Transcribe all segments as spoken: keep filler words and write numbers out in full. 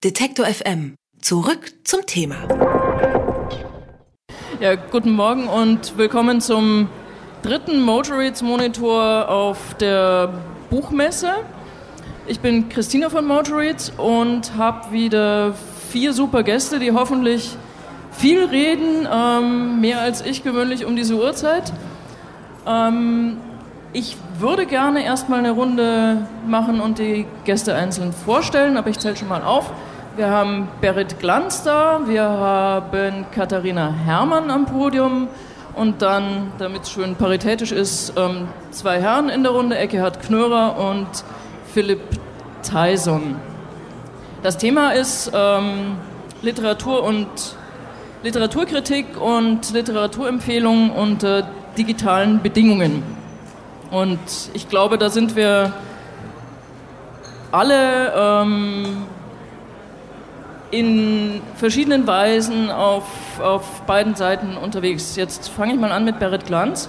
Detektor F M. Zurück zum Thema. Ja, guten Morgen und willkommen zum dritten Motoreads Monitor auf der Buchmesse. Ich bin Christina von Motoreads und habe wieder vier super Gäste, die hoffentlich viel reden, ähm, mehr als ich gewöhnlich um diese Uhrzeit. Ähm, ich würde gerne erstmal eine Runde machen und die Gäste einzeln vorstellen, aber ich zähle schon mal auf. Wir haben Berit Glanz da, wir haben Katharina Herrmann am Podium und dann, damit es schön paritätisch ist, ähm, zwei Herren in der Runde, Ekkehard Knörer und Philipp Theison. Das Thema ist ähm, Literatur und Literaturkritik und Literaturempfehlungen unter digitalen Bedingungen. Und ich glaube, da sind wir alle ähm, in verschiedenen Weisen auf, auf beiden Seiten unterwegs. Jetzt fange ich mal an mit Berit Glanz.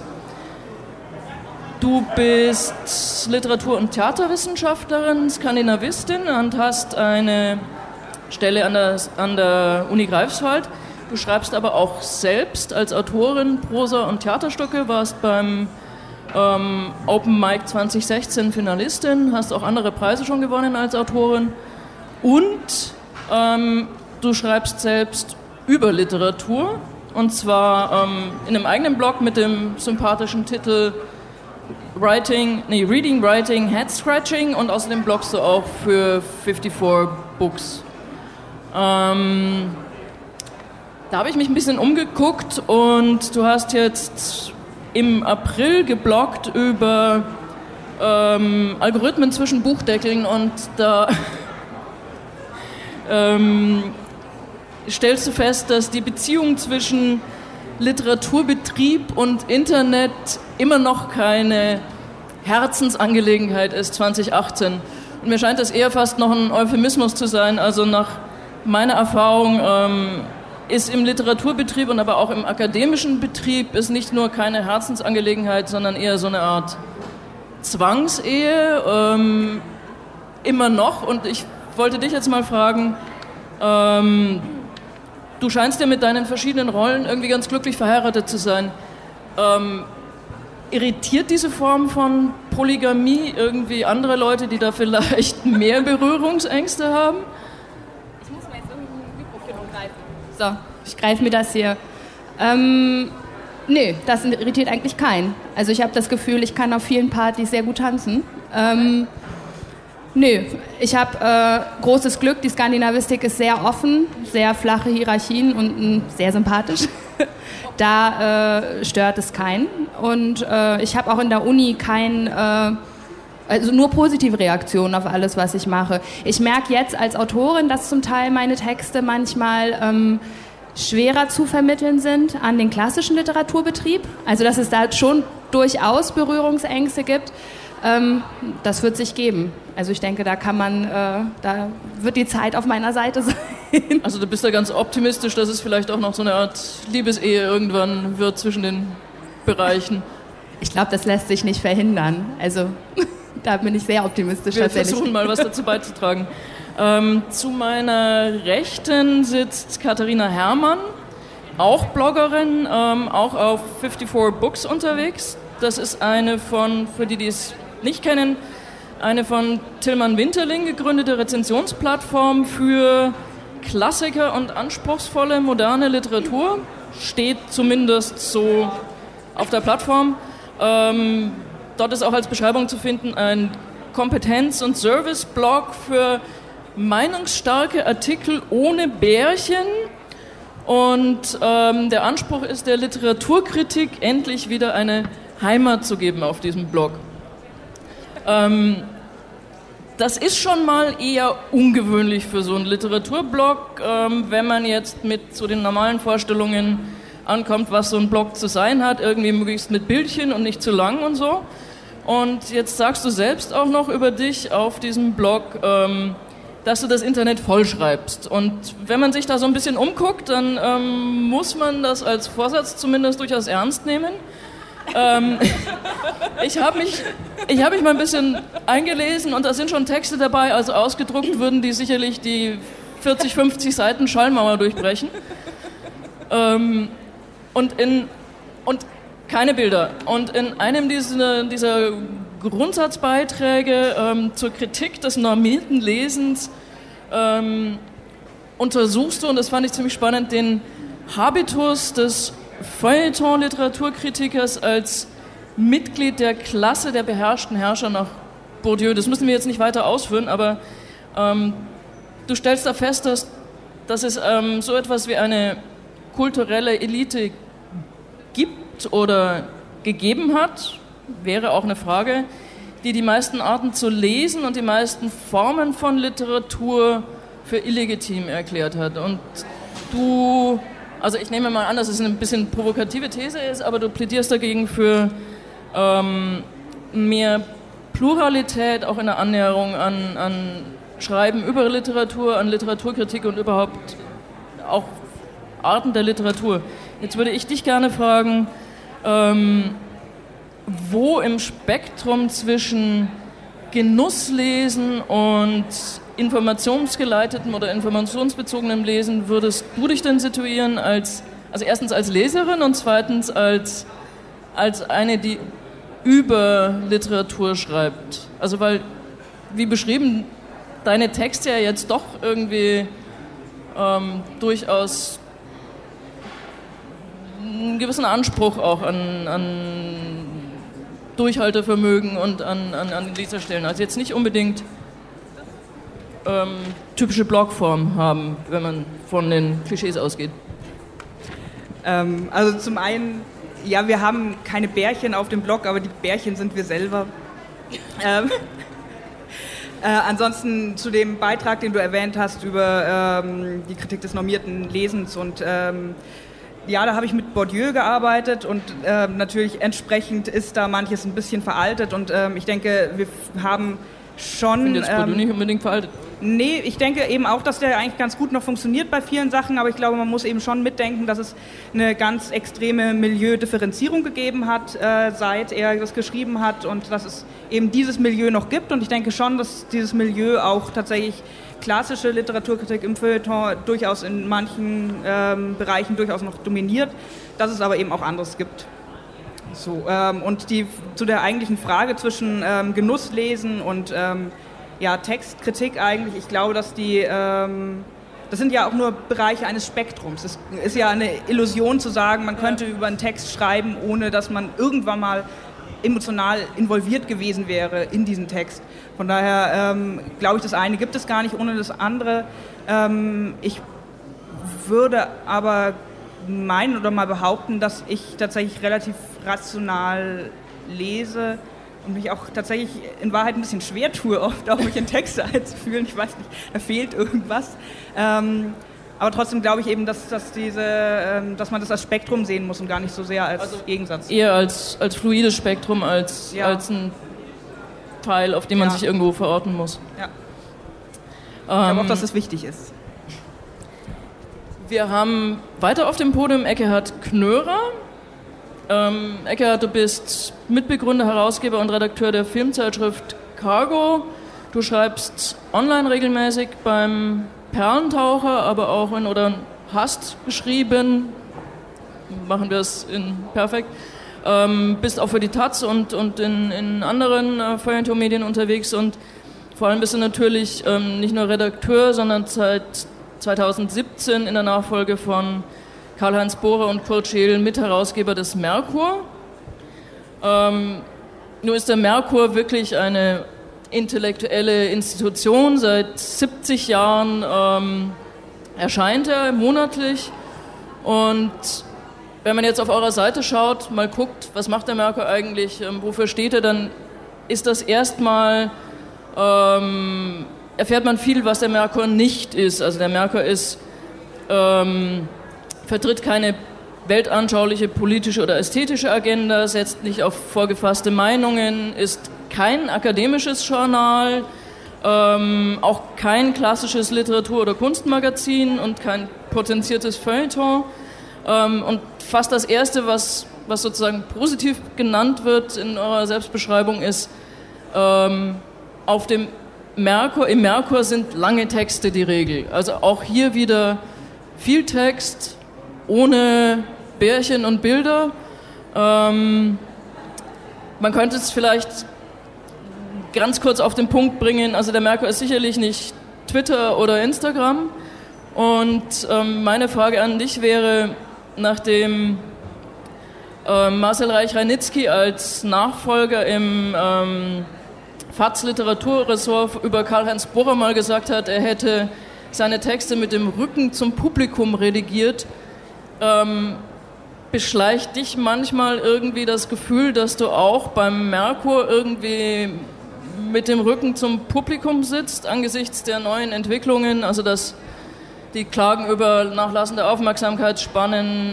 Du bist Literatur- und Theaterwissenschaftlerin, Skandinavistin und hast eine Stelle an der, an der Uni Greifswald. Du schreibst aber auch selbst als Autorin Prosa und Theaterstücke, warst beim ähm, Open Mic zwanzig sechzehn Finalistin, hast auch andere Preise schon gewonnen als Autorin und ähm, du schreibst selbst über Literatur und zwar ähm, in einem eigenen Blog mit dem sympathischen Titel Writing, nee, Reading, Writing, Head Scratching und außerdem bloggst du auch für fifty-four Books. Ähm, Da habe ich mich ein bisschen umgeguckt und du hast jetzt im April gebloggt über ähm, Algorithmen zwischen Buchdeckeln und da ähm, stellst du fest, dass die Beziehung zwischen Literaturbetrieb und Internet immer noch keine Herzensangelegenheit ist, zwanzig achtzehn. Und mir scheint das eher fast noch ein Euphemismus zu sein, also nach meiner Erfahrung ähm, ist im Literaturbetrieb und aber auch im akademischen Betrieb ist nicht nur keine Herzensangelegenheit, sondern eher so eine Art Zwangsehe, ähm, immer noch. Und ich wollte dich jetzt mal fragen, ähm, du scheinst ja mit deinen verschiedenen Rollen irgendwie ganz glücklich verheiratet zu sein. Ähm, irritiert diese Form von Polygamie irgendwie andere Leute, die da vielleicht mehr Berührungsängste haben? Ich muss mal jetzt irgendein Mikrofon umgreifen. So, ich greife mir das hier. Ähm, nö, das irritiert eigentlich keinen. Also ich habe das Gefühl, ich kann auf vielen Partys sehr gut tanzen. Ähm, nö, ich habe äh, großes Glück, die Skandinavistik ist sehr offen, sehr flache Hierarchien und äh, sehr sympathisch. Da äh, stört es keinen. Und äh, ich habe auch in der Uni kein... Äh, Also nur positive Reaktionen auf alles, was ich mache. Ich merke jetzt als Autorin, dass zum Teil meine Texte manchmal ähm, schwerer zu vermitteln sind an den klassischen Literaturbetrieb. Also dass es da schon durchaus Berührungsängste gibt. Ähm, das wird sich geben. Also ich denke, da kann man, äh, da wird die Zeit auf meiner Seite sein. Also du bist da ganz optimistisch, dass es vielleicht auch noch so eine Art Liebesehe irgendwann wird zwischen den Bereichen. Ich glaube, das lässt sich nicht verhindern. Also... Da bin ich sehr optimistisch Wir tatsächlich. versuchen mal, was dazu beizutragen. Ähm, zu meiner Rechten sitzt Katharina Herrmann, auch Bloggerin, ähm, auch auf fifty-four Books unterwegs. Das ist eine von, für die, die es nicht kennen, eine von Tilman Winterling gegründete Rezensionsplattform für Klassiker und anspruchsvolle moderne Literatur. Steht zumindest so auf der Plattform. Ähm, Dort ist auch als Beschreibung zu finden ein Kompetenz- und Service-Blog für meinungsstarke Artikel ohne Bärchen. Und ähm, der Anspruch ist der Literaturkritik, endlich wieder eine Heimat zu geben auf diesem Blog. Ähm, das ist schon mal eher ungewöhnlich für so einen Literaturblog, ähm, wenn man jetzt mit so den normalen Vorstellungen ankommt, was so ein Blog zu sein hat, irgendwie möglichst mit Bildchen und nicht zu lang und so. Und jetzt sagst du selbst auch noch über dich auf diesem Blog, ähm, dass du das Internet vollschreibst. Und wenn man sich da so ein bisschen umguckt, dann ähm, muss man das als Vorsatz zumindest durchaus ernst nehmen. ähm, ich habe mich, ich hab mich mal ein bisschen eingelesen und da sind schon Texte dabei, also ausgedruckt würden die sicherlich die vierzig, fünfzig Seiten Schallmauer durchbrechen. Ähm, und, in, und keine Bilder. Und in einem dieser, dieser Grundsatzbeiträge ähm, zur Kritik des normierten Lesens ähm, untersuchst du, und das fand ich ziemlich spannend, den Habitus des Feuilleton-Literaturkritikers als Mitglied der Klasse der beherrschten Herrscher nach Bourdieu. Das müssen wir jetzt nicht weiter ausführen, aber ähm, du stellst da fest, dass, dass es ähm, so etwas wie eine kulturelle Elite gibt oder gegeben hat, wäre auch eine Frage, die die meisten Arten zu lesen und die meisten Formen von Literatur für illegitim erklärt hat. Und du, also ich nehme mal an, dass es eine bisschen provokative These ist, aber du plädierst dagegen für ähm, mehr Pluralität, auch in der Annäherung an, an Schreiben über Literatur, an Literaturkritik und überhaupt auch Arten der Literatur. Jetzt würde ich dich gerne fragen, ähm, wo im Spektrum zwischen Genusslesen und informationsgeleitetem oder informationsbezogenem Lesen würdest du dich denn situieren als, also erstens als Leserin und zweitens als, als eine, die über Literatur schreibt? Also weil, wie beschrieben, deine Texte ja jetzt doch irgendwie ähm, durchaus einen gewissen Anspruch auch an, an Durchhaltevermögen und an, an, an Leserstellen. Also jetzt nicht unbedingt ähm, typische Blogform haben, wenn man von den Klischees ausgeht. Ähm, also zum einen, ja, wir haben keine Bärchen auf dem Blog, aber die Bärchen sind wir selber. ähm, äh, ansonsten zu dem Beitrag, den du erwähnt hast über ähm, die Kritik des normierten Lesens und ähm, ja, da habe ich mit Bourdieu gearbeitet und ähm, natürlich entsprechend ist da manches ein bisschen veraltet und ähm, ich denke, wir haben schon... Ich finde jetzt Bourdieu ähm, nicht unbedingt veraltet. Nee, ich denke eben auch, dass der eigentlich ganz gut noch funktioniert bei vielen Sachen, aber ich glaube, man muss eben schon mitdenken, dass es eine ganz extreme Milieudifferenzierung gegeben hat, äh, seit er das geschrieben hat und dass es eben dieses Milieu noch gibt und ich denke schon, dass dieses Milieu auch tatsächlich klassische Literaturkritik im Feuilleton durchaus in manchen ähm, Bereichen durchaus noch dominiert, dass es aber eben auch anderes gibt. So, ähm, und die, zu der eigentlichen Frage zwischen ähm, Genusslesen und ähm, ja, Textkritik eigentlich, ich glaube, dass die, ähm, das sind ja auch nur Bereiche eines Spektrums. Es ist ja eine Illusion zu sagen, man könnte über einen Text schreiben, ohne dass man irgendwann mal emotional involviert gewesen wäre in diesen Text. Von daher ähm, glaube ich, das eine gibt es gar nicht ohne das andere. Ähm, ich würde aber meinen oder mal behaupten, dass ich tatsächlich relativ rational lese und mich auch tatsächlich in Wahrheit ein bisschen schwer tue, oft auch mich in Texte einzufühlen. Ich weiß nicht, da fehlt irgendwas. Ähm, aber trotzdem glaube ich eben, dass, dass, diese, ähm, dass man das als Spektrum sehen muss und gar nicht so sehr als also Gegensatz. Eher als, als fluides Spektrum, als, ja. als ein Teil, auf dem man ja. sich irgendwo verorten muss. Ja. Ich glaube ähm, auch, dass es wichtig ist. Wir haben weiter auf dem Podium Ekkehard Knörer. Ähm, Ekkehard, du bist Mitbegründer, Herausgeber und Redakteur der Filmzeitschrift Cargo. Du schreibst online regelmäßig beim Perlentaucher, aber auch in, oder hast geschrieben, machen wir es in perfekt, ähm, bist auch für die Taz und, und in, in anderen äh, Feuilleton-Medien unterwegs und vor allem bist du natürlich ähm, nicht nur Redakteur, sondern seit zweitausendsiebzehn in der Nachfolge von Karl-Heinz Bohrer und Kurt Scheel Mitherausgeber des Merkur. Ähm, nur ist der Merkur wirklich eine intellektuelle Institution. Seit siebzig Jahren ähm, erscheint er monatlich und wenn man jetzt auf eurer Seite schaut, mal guckt, was macht der Merkur eigentlich, ähm, wofür steht er, dann ist das erstmal, ähm, erfährt man viel, was der Merkur nicht ist. Also der Merkur ist, ähm, vertritt keine weltanschauliche, politische oder ästhetische Agenda, setzt nicht auf vorgefasste Meinungen, ist kein akademisches Journal, ähm, auch kein klassisches Literatur- oder Kunstmagazin und kein potenziertes Feuilleton. Ähm, und fast das Erste, was, was sozusagen positiv genannt wird in eurer Selbstbeschreibung, ist, ähm, auf dem Merkur, im Merkur sind lange Texte die Regel. Also auch hier wieder viel Text, ohne Bärchen und Bilder. Ähm, man könnte es vielleicht ganz kurz auf den Punkt bringen. Also der Merkur ist sicherlich nicht Twitter oder Instagram. Und ähm, meine Frage an dich wäre, nachdem äh, Marcel Reich-Ranitzky als Nachfolger im ähm, F A Z Literaturressort über Karl-Heinz Bohrer mal gesagt hat, er hätte seine Texte mit dem Rücken zum Publikum redigiert, ähm, beschleicht dich manchmal irgendwie das Gefühl, dass du auch beim Merkur irgendwie mit dem Rücken zum Publikum sitzt, angesichts der neuen Entwicklungen, also dass die Klagen über nachlassende Aufmerksamkeitsspannen,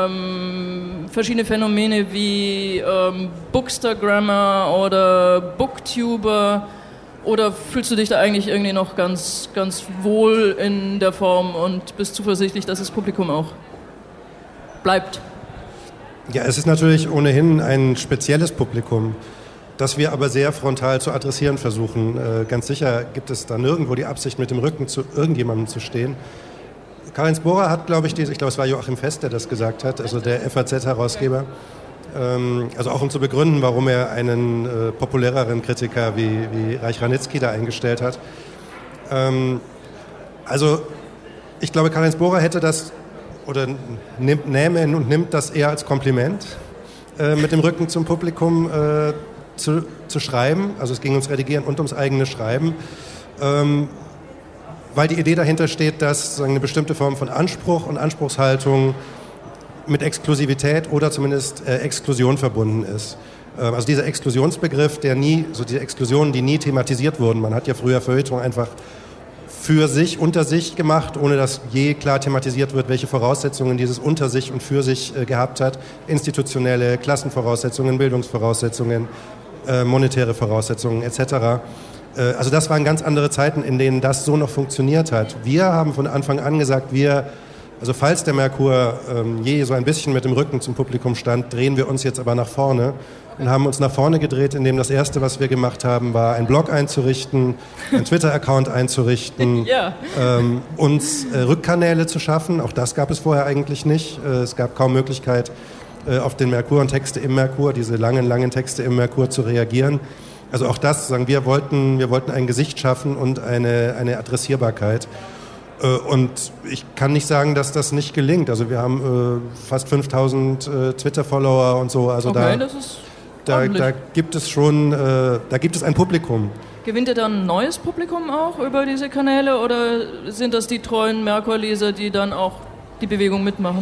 ähm, verschiedene Phänomene wie ähm, Bookstagrammer oder Booktuber, oder fühlst du dich da eigentlich irgendwie noch ganz, ganz wohl in der Form und bist zuversichtlich, dass das Publikum auch bleibt? Ja, es ist natürlich ohnehin ein spezielles Publikum, das wir aber sehr frontal zu adressieren versuchen. Äh, ganz sicher gibt es da nirgendwo die Absicht, mit dem Rücken zu irgendjemandem zu stehen. Karl-Heinz Bohrer hat, glaube ich, diese, ich glaube, es war Joachim Fest, der das gesagt hat, also der F A Z-Herausgeber, ähm, also auch um zu begründen, warum er einen äh, populäreren Kritiker wie, wie Reich-Ranitzky da eingestellt hat. Ähm, also ich glaube, Karl-Heinz Bohrer hätte das oder nimmt, nähme und nimmt das eher als Kompliment, äh, mit dem Rücken zum Publikum äh, zu, zu schreiben. Also es ging ums Redigieren und ums eigene Schreiben. Ähm, weil die Idee dahinter steht, dass sozusagen eine bestimmte Form von Anspruch und Anspruchshaltung mit Exklusivität oder zumindest äh, Exklusion verbunden ist. Ähm, also dieser Exklusionsbegriff, der nie, so diese Exklusionen, die nie thematisiert wurden. Man hat ja früher Feuilleton einfach für sich, unter sich gemacht, ohne dass je klar thematisiert wird, welche Voraussetzungen dieses unter sich und für sich äh, gehabt hat. Institutionelle, Klassenvoraussetzungen, Bildungsvoraussetzungen, äh, monetäre Voraussetzungen et cetera. Äh, also das waren ganz andere Zeiten, in denen das so noch funktioniert hat. Wir haben von Anfang an gesagt, wir, also falls der Merkur ähm, je so ein bisschen mit dem Rücken zum Publikum stand, drehen wir uns jetzt aber nach vorne. Und haben uns nach vorne gedreht, indem das Erste, was wir gemacht haben, war, einen Blog einzurichten, einen Twitter-Account einzurichten, ja. ähm, uns äh, Rückkanäle zu schaffen. Auch das gab es vorher eigentlich nicht. Äh, es gab kaum Möglichkeit, äh, auf den Merkur und Texte im Merkur, diese langen, langen Texte im Merkur zu reagieren. Also auch das, sagen wir, wollten, wir wollten ein Gesicht schaffen und eine, eine Adressierbarkeit. Äh, und ich kann nicht sagen, dass das nicht gelingt. Also wir haben äh, fast fünftausend äh, Twitter-Follower und so. Also okay, da, das ist Da, da gibt es schon, äh, da gibt es ein Publikum. Gewinnt ihr dann ein neues Publikum auch über diese Kanäle oder sind das die treuen Merkur-Leser, die dann auch die Bewegung mitmachen?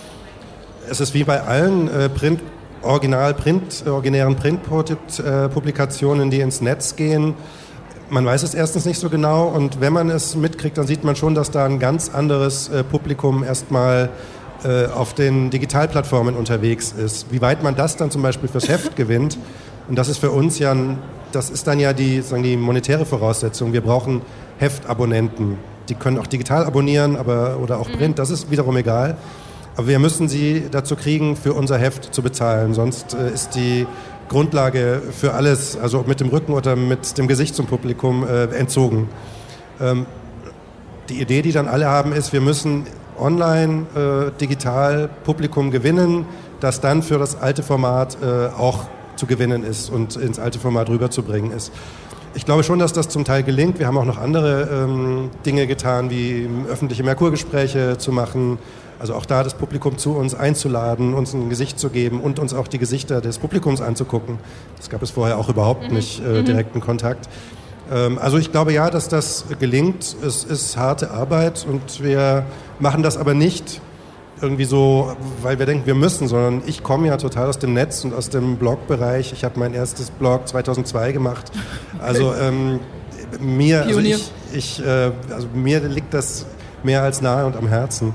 Es ist wie bei allen äh, Print, Original Print, äh, originären Print-Publikationen, die ins Netz gehen. Man weiß es erstens nicht so genau und wenn man es mitkriegt, dann sieht man schon, dass da ein ganz anderes äh, Publikum erstmal auf den Digitalplattformen unterwegs ist. Wie weit man das dann zum Beispiel fürs Heft gewinnt, und das ist für uns ja, das ist dann ja die, sagen die monetäre Voraussetzung. Wir brauchen Heftabonnenten. Die können auch digital abonnieren, aber, oder auch Print, das ist wiederum egal. Aber wir müssen sie dazu kriegen, für unser Heft zu bezahlen. Sonst äh, ist die Grundlage für alles, also mit dem Rücken oder mit dem Gesicht zum Publikum, äh, entzogen. Ähm, die Idee, die dann alle haben, ist, wir müssen online, äh, digital Publikum gewinnen, das dann für das alte Format äh, auch zu gewinnen ist und ins alte Format rüberzubringen ist. Ich glaube schon, dass das zum Teil gelingt. Wir haben auch noch andere ähm, Dinge getan, wie öffentliche Merkur-Gespräche zu machen, also auch da das Publikum zu uns einzuladen, uns ein Gesicht zu geben und uns auch die Gesichter des Publikums anzugucken. Das gab es vorher auch überhaupt mhm. nicht, äh, direkten Kontakt. Also ich glaube ja, dass das gelingt. Es ist harte Arbeit und wir machen das aber nicht irgendwie so, weil wir denken, wir müssen, sondern ich komme ja total aus dem Netz und aus dem Blogbereich. Ich habe mein erstes Blog zweitausendzwei gemacht. Also ähm, mir, also ich, ich, äh, also mir liegt das mehr als nahe und am Herzen.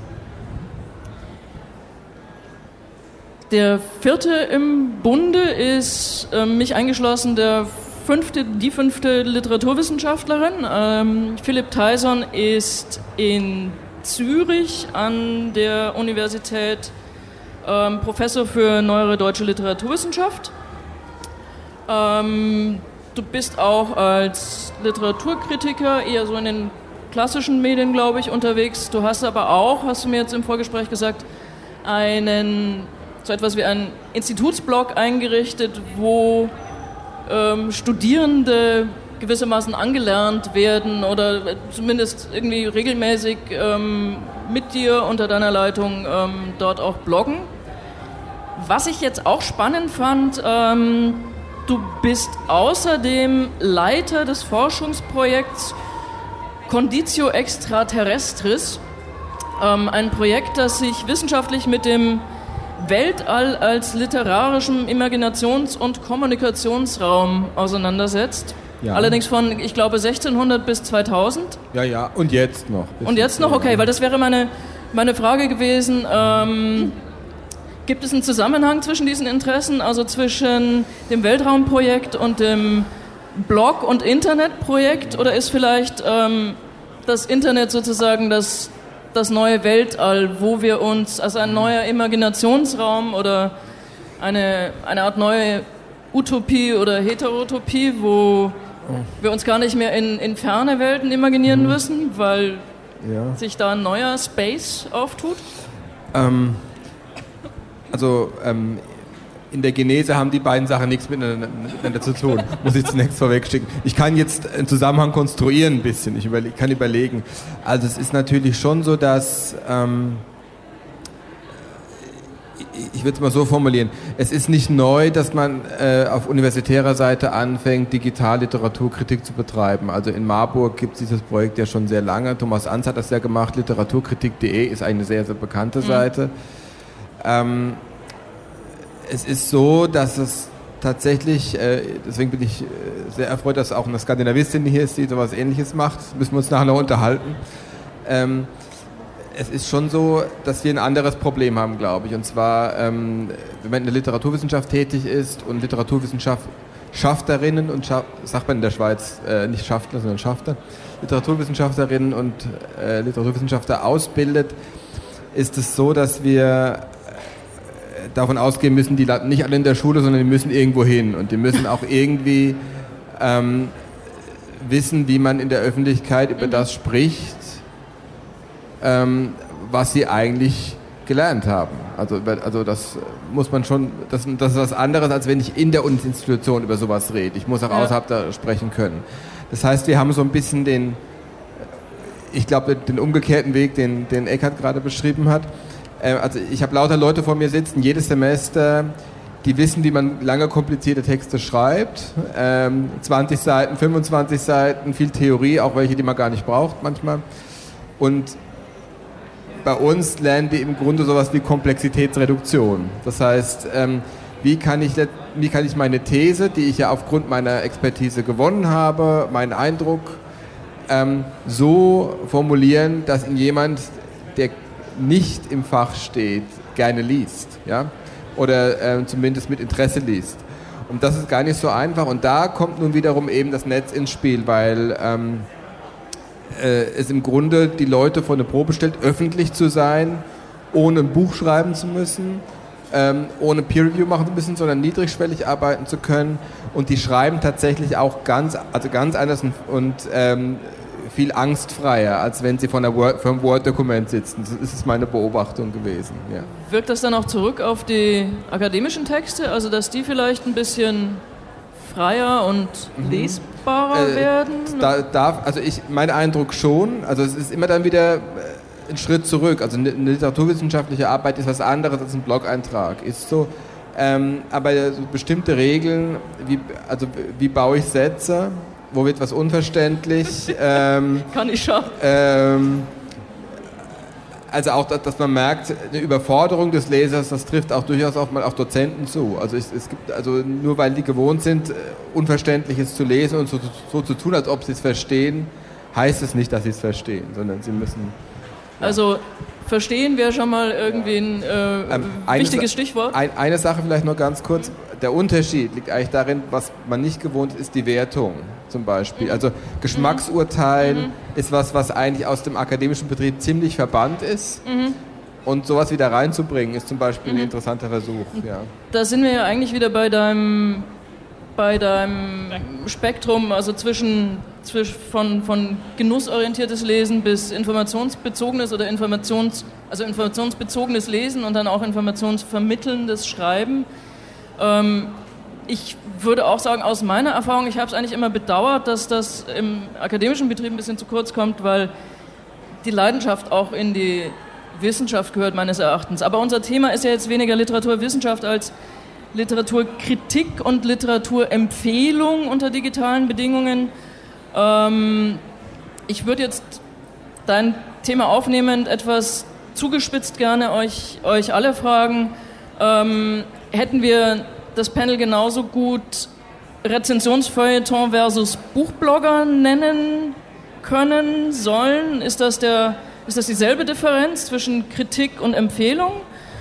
Der vierte im Bunde ist, äh, mich eingeschlossen, der Fünfte, die fünfte Literaturwissenschaftlerin. Ähm, Philipp Theison ist in Zürich an der Universität ähm, Professor für Neuere Deutsche Literaturwissenschaft. Ähm, du bist auch als Literaturkritiker, eher so in den klassischen Medien, glaube ich, unterwegs. Du hast aber auch, hast du mir jetzt im Vorgespräch gesagt, einen, so etwas wie einen Institutsblog eingerichtet, wo ähm, Studierende gewissermaßen angelernt werden oder zumindest irgendwie regelmäßig ähm, mit dir unter deiner Leitung ähm, dort auch bloggen. Was ich jetzt auch spannend fand, ähm, du bist außerdem Leiter des Forschungsprojekts Conditio Extraterrestris, ähm, ein Projekt, das sich wissenschaftlich mit dem Weltall als literarischem Imaginations- und Kommunikationsraum auseinandersetzt. Ja. Allerdings von, ich glaube, sechzehnhundert bis zweitausend. Ja, ja, und jetzt noch. Und jetzt noch, okay, weil das wäre meine, meine Frage gewesen. Ähm, gibt es einen Zusammenhang zwischen diesen Interessen, also zwischen dem Weltraumprojekt und dem Blog- und Internetprojekt? Oder ist vielleicht ähm, das Internet sozusagen das, das neue Weltall, wo wir uns, also ein neuer Imaginationsraum oder eine, eine Art neue Utopie oder Heterotopie, wo wir uns gar nicht mehr in, in ferne Welten imaginieren müssen, weil ja. sich da ein neuer Space auftut? Ähm, also ähm, in der Genese haben die beiden Sachen nichts miteinander, miteinander zu tun, muss ich zunächst vorwegschicken. Ich kann jetzt einen Zusammenhang konstruieren ein bisschen, ich überle- kann überlegen. Also es ist natürlich schon so, dass... Ähm, ich würde es mal so formulieren, es ist nicht neu, dass man äh, auf universitärer Seite anfängt, Digitalliteraturkritik zu betreiben. Also in Marburg gibt es dieses Projekt ja schon sehr lange. Thomas Anz hat das ja gemacht. Literaturkritik punkt de ist eine sehr, sehr bekannte mhm. Seite. Ähm, es ist so, dass es tatsächlich, äh, deswegen bin ich äh, sehr erfreut, dass auch eine Skandinavistin hier ist, die sowas Ähnliches macht. Das müssen wir uns nachher noch unterhalten. Ähm, Es ist schon so, dass wir ein anderes Problem haben, glaube ich. Und zwar, ähm, wenn man in der Literaturwissenschaft tätig ist und Literaturwissenschaftlerinnen und Scha- sagt man in der Schweiz äh, nicht Schaftler, sondern Schafter, Literaturwissenschaftlerinnen und äh, Literaturwissenschaftler ausbildet, ist es so, dass wir äh, davon ausgehen müssen, die landen nicht alle in der Schule, sondern die müssen irgendwo hin. Und die müssen auch irgendwie ähm, wissen, wie man in der Öffentlichkeit über das spricht, Ähm, was sie eigentlich gelernt haben. Also, also das muss man schon, das, das ist was anderes, als wenn ich in der Institution über sowas rede. Ich muss auch ja. außerhalb da sprechen können. Das heißt, wir haben so ein bisschen den, ich glaube, den umgekehrten Weg, den, den Eckhard gerade beschrieben hat. Äh, also ich habe lauter Leute vor mir sitzen, jedes Semester, die wissen, wie man lange komplizierte Texte schreibt. Ähm, zwanzig Seiten, fünfundzwanzig Seiten, viel Theorie, auch welche, die man gar nicht braucht manchmal. Und bei uns lernen die im Grunde sowas wie Komplexitätsreduktion. Das heißt, ähm, wie kann ich, wie kann ich meine These, die ich ja aufgrund meiner Expertise gewonnen habe, meinen Eindruck, ähm, so formulieren, dass ihn jemand, der nicht im Fach steht, gerne liest, ja? Oder äh, zumindest mit Interesse liest. Und das ist gar nicht so einfach. Und da kommt nun wiederum eben das Netz ins Spiel, weil ähm, es im Grunde die Leute vor eine Probe stellt, öffentlich zu sein, ohne ein Buch schreiben zu müssen, ähm, ohne Peer-Review machen zu müssen, sondern niedrigschwellig arbeiten zu können. Und die schreiben tatsächlich auch ganz, also ganz anders und, und ähm, viel angstfreier, als wenn sie von einer Word, vom Word-Dokument sitzen. Das ist meine Beobachtung gewesen. Ja. Wirkt das dann auch zurück auf die akademischen Texte, also dass die vielleicht ein bisschen freier und mhm. lesbarer äh, werden? Da, darf, also ich, mein Eindruck schon. Also es ist immer dann wieder ein Schritt zurück. Also eine literaturwissenschaftliche Arbeit ist was anderes als ein Blog-Eintrag. Ist so. Ähm, aber so bestimmte Regeln, wie, also wie baue ich Sätze, wo wird was unverständlich? ähm, Kann ich schon. Ähm, Also auch, dass man merkt, eine Überforderung des Lesers, das trifft auch durchaus auch mal auf Dozenten zu. Also es, es gibt, also nur weil die gewohnt sind, Unverständliches zu lesen und so, so zu tun, als ob sie es verstehen, heißt es nicht, dass sie es verstehen, sondern sie müssen... Ja. Also verstehen wäre schon mal irgendwie ein äh, ähm, wichtiges Sa- Stichwort. Ein, eine Sache vielleicht noch ganz kurz. Der Unterschied liegt eigentlich darin, was man nicht gewohnt ist, ist die Wertung zum Beispiel. Also Geschmacksurteil mhm. ist was, was eigentlich aus dem akademischen Betrieb ziemlich verbannt ist. Mhm. Und sowas wieder reinzubringen, ist zum Beispiel mhm. ein interessanter Versuch. Ja. Da sind wir ja eigentlich wieder bei deinem, bei deinem Spektrum, also zwischen von, von genussorientiertes Lesen bis informationsbezogenes oder Informations, also informationsbezogenes Lesen und dann auch informationsvermittelndes Schreiben. Ähm, ich würde auch sagen, aus meiner Erfahrung, ich habe es eigentlich immer bedauert, dass das im akademischen Betrieb ein bisschen zu kurz kommt, weil die Leidenschaft auch in die Wissenschaft gehört, meines Erachtens. Aber unser Thema ist ja jetzt weniger Literaturwissenschaft als Literaturkritik und Literaturempfehlung unter digitalen Bedingungen. Ähm, ich würde jetzt dein Thema aufnehmend etwas zugespitzt gerne euch, euch alle fragen. Ähm, hätten wir das Panel genauso gut Rezensionsfeuilleton versus Buchblogger nennen können, sollen? Ist das, der, ist das dieselbe Differenz zwischen Kritik und Empfehlung?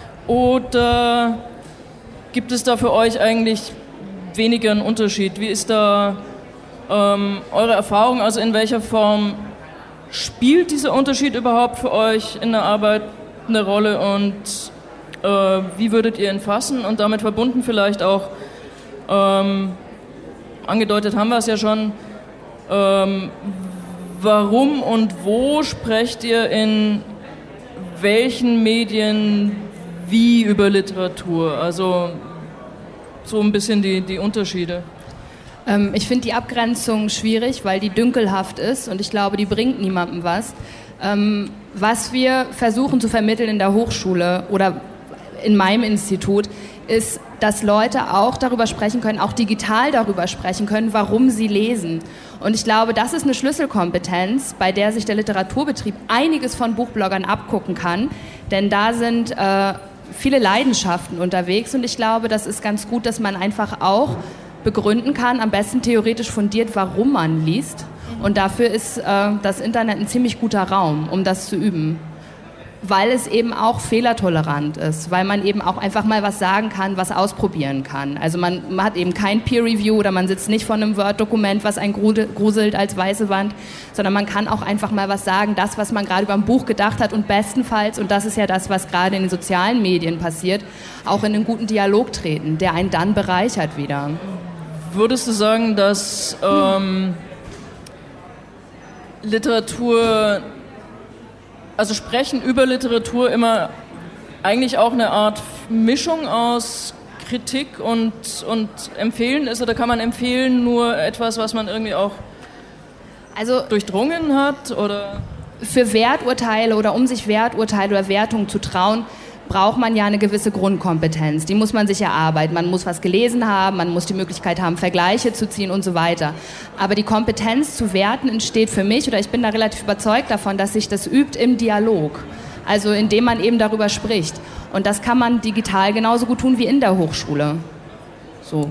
Oder gibt es da für euch eigentlich weniger einen Unterschied? Wie ist da ähm, eure Erfahrung? Also in welcher Form spielt dieser Unterschied überhaupt für euch in der Arbeit eine Rolle und äh, wie würdet ihr ihn fassen? Und damit verbunden vielleicht auch, ähm, angedeutet haben wir es ja schon, ähm, warum und wo sprecht ihr in welchen Medien wie über Literatur? Also so ein bisschen die, die Unterschiede. Ähm, ich finde die Abgrenzung schwierig, weil die dünkelhaft ist und ich glaube, die bringt niemandem was. Ähm, was wir versuchen zu vermitteln in der Hochschule oder in meinem Institut, ist, dass Leute auch darüber sprechen können, auch digital darüber sprechen können, warum sie lesen. Und ich glaube, das ist eine Schlüsselkompetenz, bei der sich der Literaturbetrieb einiges von Buchbloggern abgucken kann, denn da sind äh, viele Leidenschaften unterwegs und ich glaube, das ist ganz gut, dass man einfach auch begründen kann, am besten theoretisch fundiert, warum man liest. Und dafür ist äh, das Internet ein ziemlich guter Raum, um das zu üben. Weil es eben auch fehlertolerant ist, weil man eben auch einfach mal was sagen kann, was ausprobieren kann. Also man, man hat eben kein Peer-Review oder man sitzt nicht vor einem Word-Dokument, was einen gruselt als weiße Wand, sondern man kann auch einfach mal was sagen, das, was man gerade über ein Buch gedacht hat und bestenfalls, und das ist ja das, was gerade in den sozialen Medien passiert, auch in einen guten Dialog treten, der einen dann bereichert wieder. Würdest du sagen, dass ähm, Literatur... Also sprechen über Literatur immer eigentlich auch eine Art Mischung aus Kritik und, und Empfehlen ist? Oder kann man empfehlen nur etwas, was man irgendwie auch also durchdrungen hat? Oder? Für Werturteile oder um sich Werturteile oder Wertungen zu trauen, braucht man ja eine gewisse Grundkompetenz. Die muss man sich erarbeiten. Man muss was gelesen haben, man muss die Möglichkeit haben, Vergleiche zu ziehen und so weiter. Aber die Kompetenz zu werten entsteht für mich, oder ich bin da relativ überzeugt davon, dass sich das übt im Dialog. Also indem man eben darüber spricht. Und das kann man digital genauso gut tun wie in der Hochschule. So.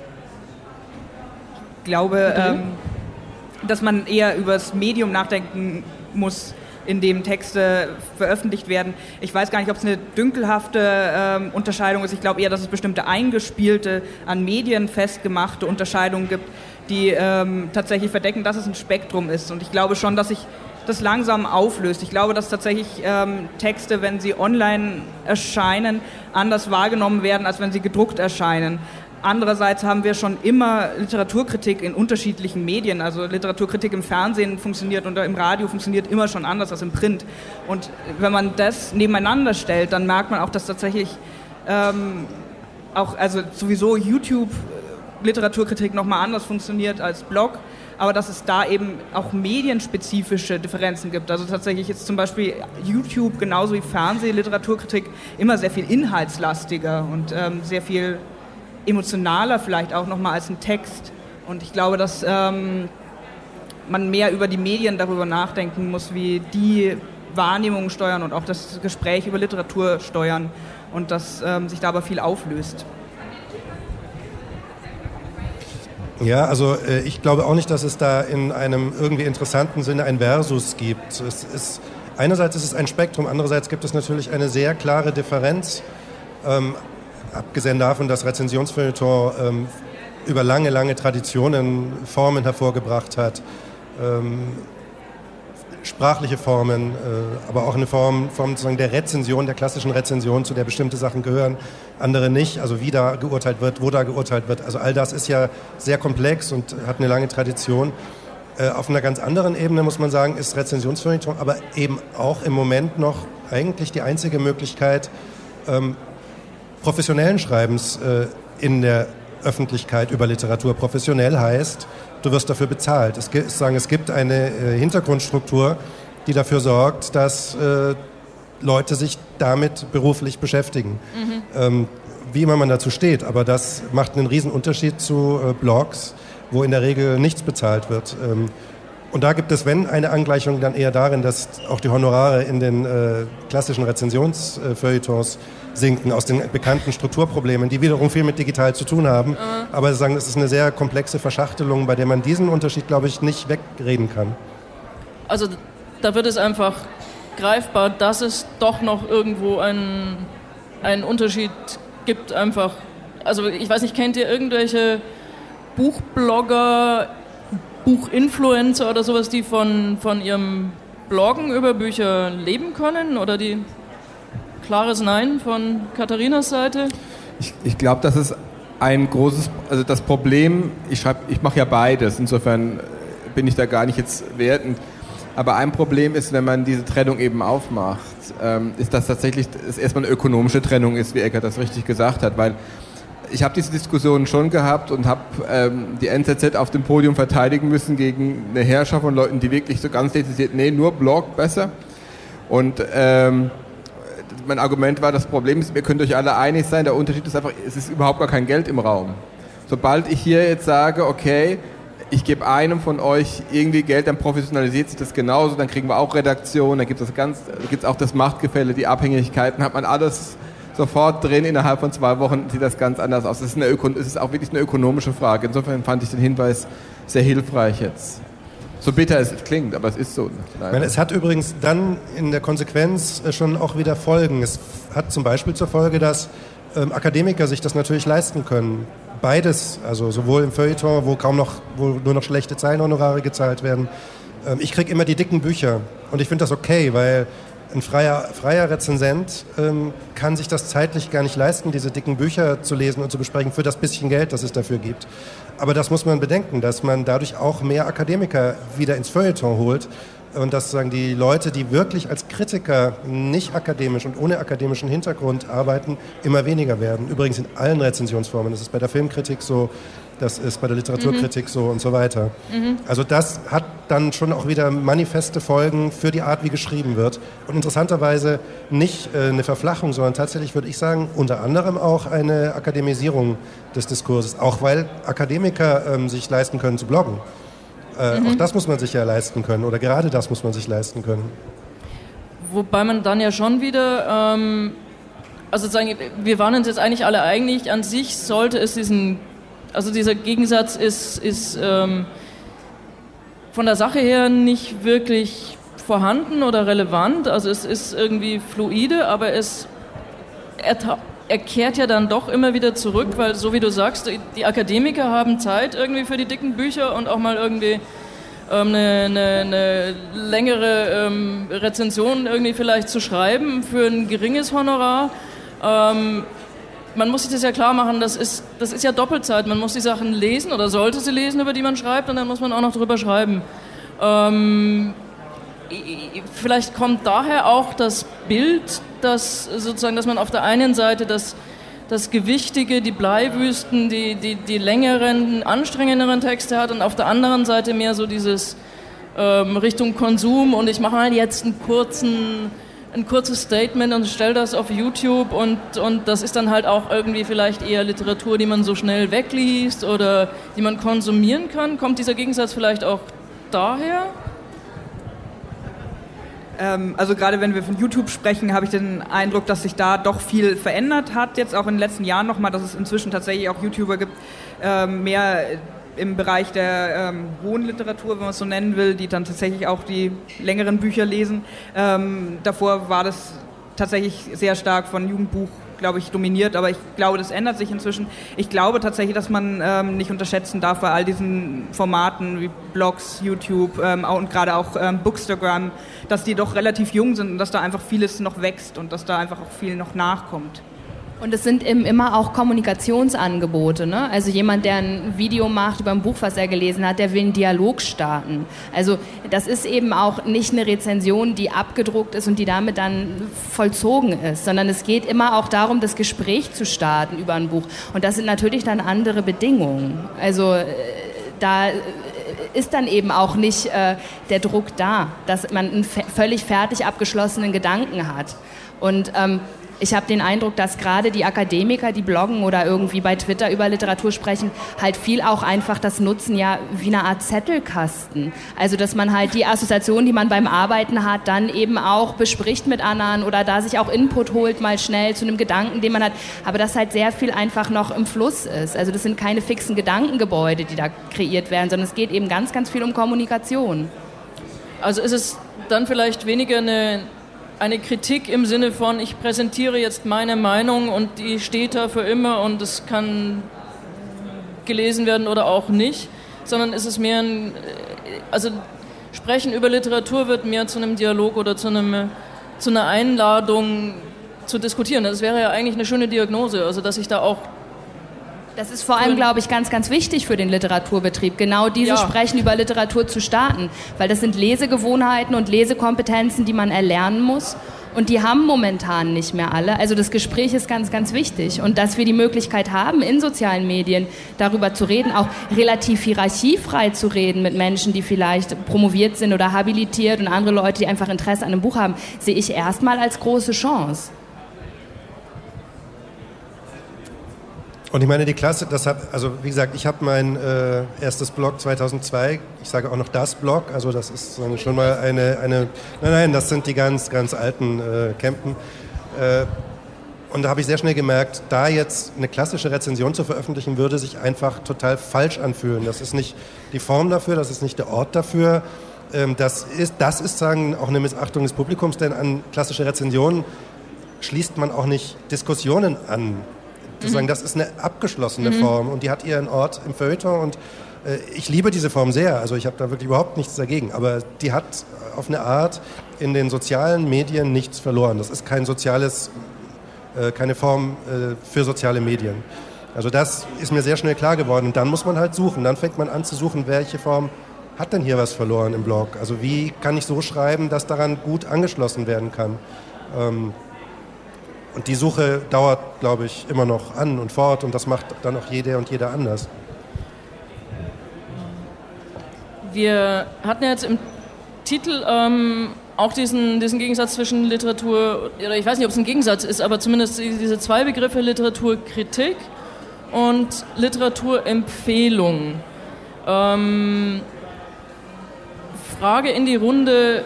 Ich glaube, ähm, dass man eher über das Medium nachdenken muss, in dem Texte veröffentlicht werden. Ich weiß gar nicht, ob es eine dünkelhafte ähm, Unterscheidung ist. Ich glaube eher, dass es bestimmte eingespielte, an Medien festgemachte Unterscheidungen gibt, die ähm, tatsächlich verdecken, dass es ein Spektrum ist. Und ich glaube schon, dass sich das langsam auflöst. Ich glaube, dass tatsächlich ähm, Texte, wenn sie online erscheinen, anders wahrgenommen werden, als wenn sie gedruckt erscheinen. Andererseits haben wir schon immer Literaturkritik in unterschiedlichen Medien. Also Literaturkritik im Fernsehen funktioniert und im Radio funktioniert immer schon anders als im Print. Und wenn man das nebeneinander stellt, dann merkt man auch, dass tatsächlich ähm, auch, also sowieso YouTube-Literaturkritik nochmal anders funktioniert als Blog, aber dass es da eben auch medienspezifische Differenzen gibt. Also tatsächlich ist zum Beispiel YouTube genauso wie Fernsehliteraturkritik immer sehr viel inhaltslastiger und ähm, sehr viel emotionaler vielleicht auch nochmal als ein Text. Und ich glaube, dass ähm, man mehr über die Medien darüber nachdenken muss, wie die Wahrnehmungen steuern und auch das Gespräch über Literatur steuern und dass ähm, sich da aber viel auflöst. Ja, also äh, ich glaube auch nicht, dass es da in einem irgendwie interessanten Sinne ein Versus gibt. Es ist, einerseits ist es ein Spektrum, andererseits gibt es natürlich eine sehr klare Differenz. Ähm, Abgesehen davon, dass Rezensionsfeuilleton ähm, über lange, lange Traditionen Formen hervorgebracht hat, ähm, sprachliche Formen, äh, aber auch eine Form, Form sozusagen der Rezension, der klassischen Rezension, zu der bestimmte Sachen gehören, andere nicht, also wie da geurteilt wird, wo da geurteilt wird. Also all das ist ja sehr komplex und hat eine lange Tradition. Äh, auf einer ganz anderen Ebene, muss man sagen, ist Rezensionsfeuilleton aber eben auch im Moment noch eigentlich die einzige Möglichkeit ähm, professionellen Schreibens äh, in der Öffentlichkeit über Literatur. Professionell heißt, du wirst dafür bezahlt. Es, gibt, sagen, es gibt eine äh, Hintergrundstruktur, die dafür sorgt, dass äh, Leute sich damit beruflich beschäftigen. Mhm. Ähm, wie immer man dazu steht, aber das macht einen riesen Unterschied zu äh, Blogs, wo in der Regel nichts bezahlt wird. Und da gibt es, wenn, eine Angleichung dann eher darin, dass auch die Honorare in den äh, klassischen Rezensionsfeuilletons sinken, aus den bekannten Strukturproblemen, die wiederum viel mit digital zu tun haben. Mhm. Aber Sie sagen, es ist eine sehr komplexe Verschachtelung, bei der man diesen Unterschied, glaube ich, nicht wegreden kann. Also da wird es einfach greifbar, dass es doch noch irgendwo einen, einen Unterschied gibt. Einfach. Also ich weiß nicht, kennt ihr irgendwelche Buchblogger, Buchinfluencer oder sowas, die von, von ihrem Bloggen über Bücher leben können? Oder die klares Nein von Katharinas Seite? Ich, ich glaube, das ist ein großes, also das Problem, ich schreibe, ich mache ja beides, insofern bin ich da gar nicht jetzt wertend, aber ein Problem ist, wenn man diese Trennung eben aufmacht, ähm, ist, dass tatsächlich es erstmal eine ökonomische Trennung ist, wie Eckart das richtig gesagt hat, weil ich habe diese Diskussion schon gehabt und habe ähm, die N Z Z auf dem Podium verteidigen müssen gegen eine Herrschaft von Leuten, die wirklich so ganz dezidiert, nee, nur Blog besser. Und ähm, mein Argument war, das Problem ist, ihr könnt euch alle einig sein, der Unterschied ist einfach, es ist überhaupt gar kein Geld im Raum. Sobald ich hier jetzt sage, okay, ich gebe einem von euch irgendwie Geld, dann professionalisiert sich das genauso, dann kriegen wir auch Redaktion, dann gibt es ganz, gibt's auch das Machtgefälle, die Abhängigkeiten, hat man alles sofort drin, innerhalb von zwei Wochen sieht das ganz anders aus. Es ist, eine Öko- es ist auch wirklich eine ökonomische Frage. Insofern fand ich den Hinweis sehr hilfreich jetzt. So bitter es klingt, aber es ist so. Ich meine, es hat übrigens dann in der Konsequenz schon auch wieder Folgen. Es hat zum Beispiel zur Folge, dass ähm, Akademiker sich das natürlich leisten können. Beides, also sowohl im Feuilleton, wo kaum noch, wo nur noch schlechte Zeilenhonorare gezahlt werden. Ähm, ich kriege immer die dicken Bücher und ich finde das okay, weil ein freier, freier Rezensent ähm, kann sich das zeitlich gar nicht leisten, diese dicken Bücher zu lesen und zu besprechen für das bisschen Geld, das es dafür gibt. Aber das muss man bedenken, dass man dadurch auch mehr Akademiker wieder ins Feuilleton holt und dass sagen die Leute, die wirklich als Kritiker nicht akademisch und ohne akademischen Hintergrund arbeiten, immer weniger werden. Übrigens in allen Rezensionsformen. Das ist bei der Filmkritik so, das ist bei der Literaturkritik mhm. so und so weiter. Mhm. Also das hat dann schon auch wieder manifeste Folgen für die Art, wie geschrieben wird. Und interessanterweise nicht äh, eine Verflachung, sondern tatsächlich, würde ich sagen, unter anderem auch eine Akademisierung des Diskurses. Auch weil Akademiker ähm, sich leisten können zu bloggen. Äh, mhm. Auch das muss man sich ja leisten können oder gerade das muss man sich leisten können. Wobei man dann ja schon wieder, ähm, also sagen, wir waren uns jetzt eigentlich alle einig, an sich sollte es diesen, also dieser Gegensatz ist, ist ähm, von der Sache her nicht wirklich vorhanden oder relevant, also es ist irgendwie fluide, aber es er, er kehrt ja dann doch immer wieder zurück, weil so wie du sagst, die Akademiker haben Zeit irgendwie für die dicken Bücher und auch mal irgendwie ähm, eine, eine, eine längere ähm, Rezension irgendwie vielleicht zu schreiben für ein geringes Honorar. Ähm, man muss sich das ja klar machen, das ist, das ist ja Doppelzeit. Man muss die Sachen lesen oder sollte sie lesen, über die man schreibt, und dann muss man auch noch drüber schreiben. Ähm, vielleicht kommt daher auch das Bild, dass sozusagen, dass man auf der einen Seite das, das Gewichtige, die Bleiwüsten, die, die, die längeren, anstrengenderen Texte hat und auf der anderen Seite mehr so dieses ähm, Richtung Konsum, und ich mache mal jetzt einen kurzen, ein kurzes Statement und stelle das auf YouTube, und, und das ist dann halt auch irgendwie vielleicht eher Literatur, die man so schnell wegliest oder die man konsumieren kann. Kommt dieser Gegensatz vielleicht auch daher? Also gerade wenn wir von YouTube sprechen, habe ich den Eindruck, dass sich da doch viel verändert hat, jetzt auch in den letzten Jahren nochmal, dass es inzwischen tatsächlich auch YouTuber gibt, mehr im Bereich der ähm, hohen Literatur, wenn man es so nennen will, die dann tatsächlich auch die längeren Bücher lesen. Ähm, davor war das tatsächlich sehr stark von Jugendbuch, glaube ich, dominiert, aber ich glaube, das ändert sich inzwischen. Ich glaube tatsächlich, dass man ähm, nicht unterschätzen darf bei all diesen Formaten wie Blogs, YouTube ähm, und gerade auch ähm, Bookstagram, dass die doch relativ jung sind und dass da einfach vieles noch wächst und dass da einfach auch viel noch nachkommt. Und es sind eben immer auch Kommunikationsangebote, ne? Also jemand, der ein Video macht über ein Buch, was er gelesen hat, der will einen Dialog starten. Also das ist eben auch nicht eine Rezension, die abgedruckt ist und die damit dann vollzogen ist, sondern es geht immer auch darum, das Gespräch zu starten über ein Buch. Und das sind natürlich dann andere Bedingungen. Also äh, da ist dann eben auch nicht äh, der Druck da, dass man einen f- völlig fertig abgeschlossenen Gedanken hat. Und ähm, ich habe den Eindruck, dass gerade die Akademiker, die bloggen oder irgendwie bei Twitter über Literatur sprechen, halt viel auch einfach das nutzen, ja, wie eine Art Zettelkasten. Also, dass man halt die Assoziation, die man beim Arbeiten hat, dann eben auch bespricht mit anderen oder da sich auch Input holt, mal schnell zu einem Gedanken, den man hat. Aber dass halt sehr viel einfach noch im Fluss ist. Also, das sind keine fixen Gedankengebäude, die da kreiert werden, sondern es geht eben ganz, ganz viel um Kommunikation. Also ist es dann vielleicht weniger eine Eine Kritik im Sinne von, ich präsentiere jetzt meine Meinung und die steht da für immer und es kann gelesen werden oder auch nicht, sondern ist es mehr ein, also Sprechen über Literatur wird mehr zu einem Dialog oder zu, einem, zu einer Einladung zu diskutieren. Das wäre ja eigentlich eine schöne Diagnose, also dass ich da auch... Das ist vor allem, glaube ich, ganz, ganz wichtig für den Literaturbetrieb, genau dieses Ja. Sprechen über Literatur zu starten, weil das sind Lesegewohnheiten und Lesekompetenzen, die man erlernen muss und die haben momentan nicht mehr alle. Also das Gespräch ist ganz, ganz wichtig und dass wir die Möglichkeit haben, in sozialen Medien darüber zu reden, auch relativ hierarchiefrei zu reden mit Menschen, die vielleicht promoviert sind oder habilitiert und andere Leute, die einfach Interesse an einem Buch haben, sehe ich erstmal als große Chance. Und ich meine, die Klasse, das hat, also wie gesagt, ich habe mein äh, erstes Blog zweitausendzwei, ich sage auch noch das Blog, also das ist schon mal eine, eine nein, nein, das sind die ganz, ganz alten äh, Campen. Äh, und da habe ich sehr schnell gemerkt, da jetzt eine klassische Rezension zu veröffentlichen, würde sich einfach total falsch anfühlen. Das ist nicht die Form dafür, das ist nicht der Ort dafür. Ähm, das ist, das ist sagen, auch eine Missachtung des Publikums, denn an klassische Rezensionen schließt man auch nicht Diskussionen an. Mhm. Sagen, das ist eine abgeschlossene mhm. Form und die hat ihren Ort im Feuilleton und äh, ich liebe diese Form sehr, also ich habe da wirklich überhaupt nichts dagegen, aber die hat auf eine Art in den sozialen Medien nichts verloren. Das ist kein soziales, äh, keine Form äh, für soziale Medien. Also das ist mir sehr schnell klar geworden und dann muss man halt suchen, dann fängt man an zu suchen, welche Form hat denn hier was verloren im Blog? Also wie kann ich so schreiben, dass daran gut angeschlossen werden kann? Ähm, Und die Suche dauert, glaube ich, immer noch an und fort und das macht dann auch jeder und jeder anders. Wir hatten ja jetzt im Titel ähm, auch diesen, diesen Gegensatz zwischen Literatur, oder ich weiß nicht, ob es ein Gegensatz ist, aber zumindest diese zwei Begriffe Literaturkritik und Literaturempfehlung. Ähm, Frage in die Runde,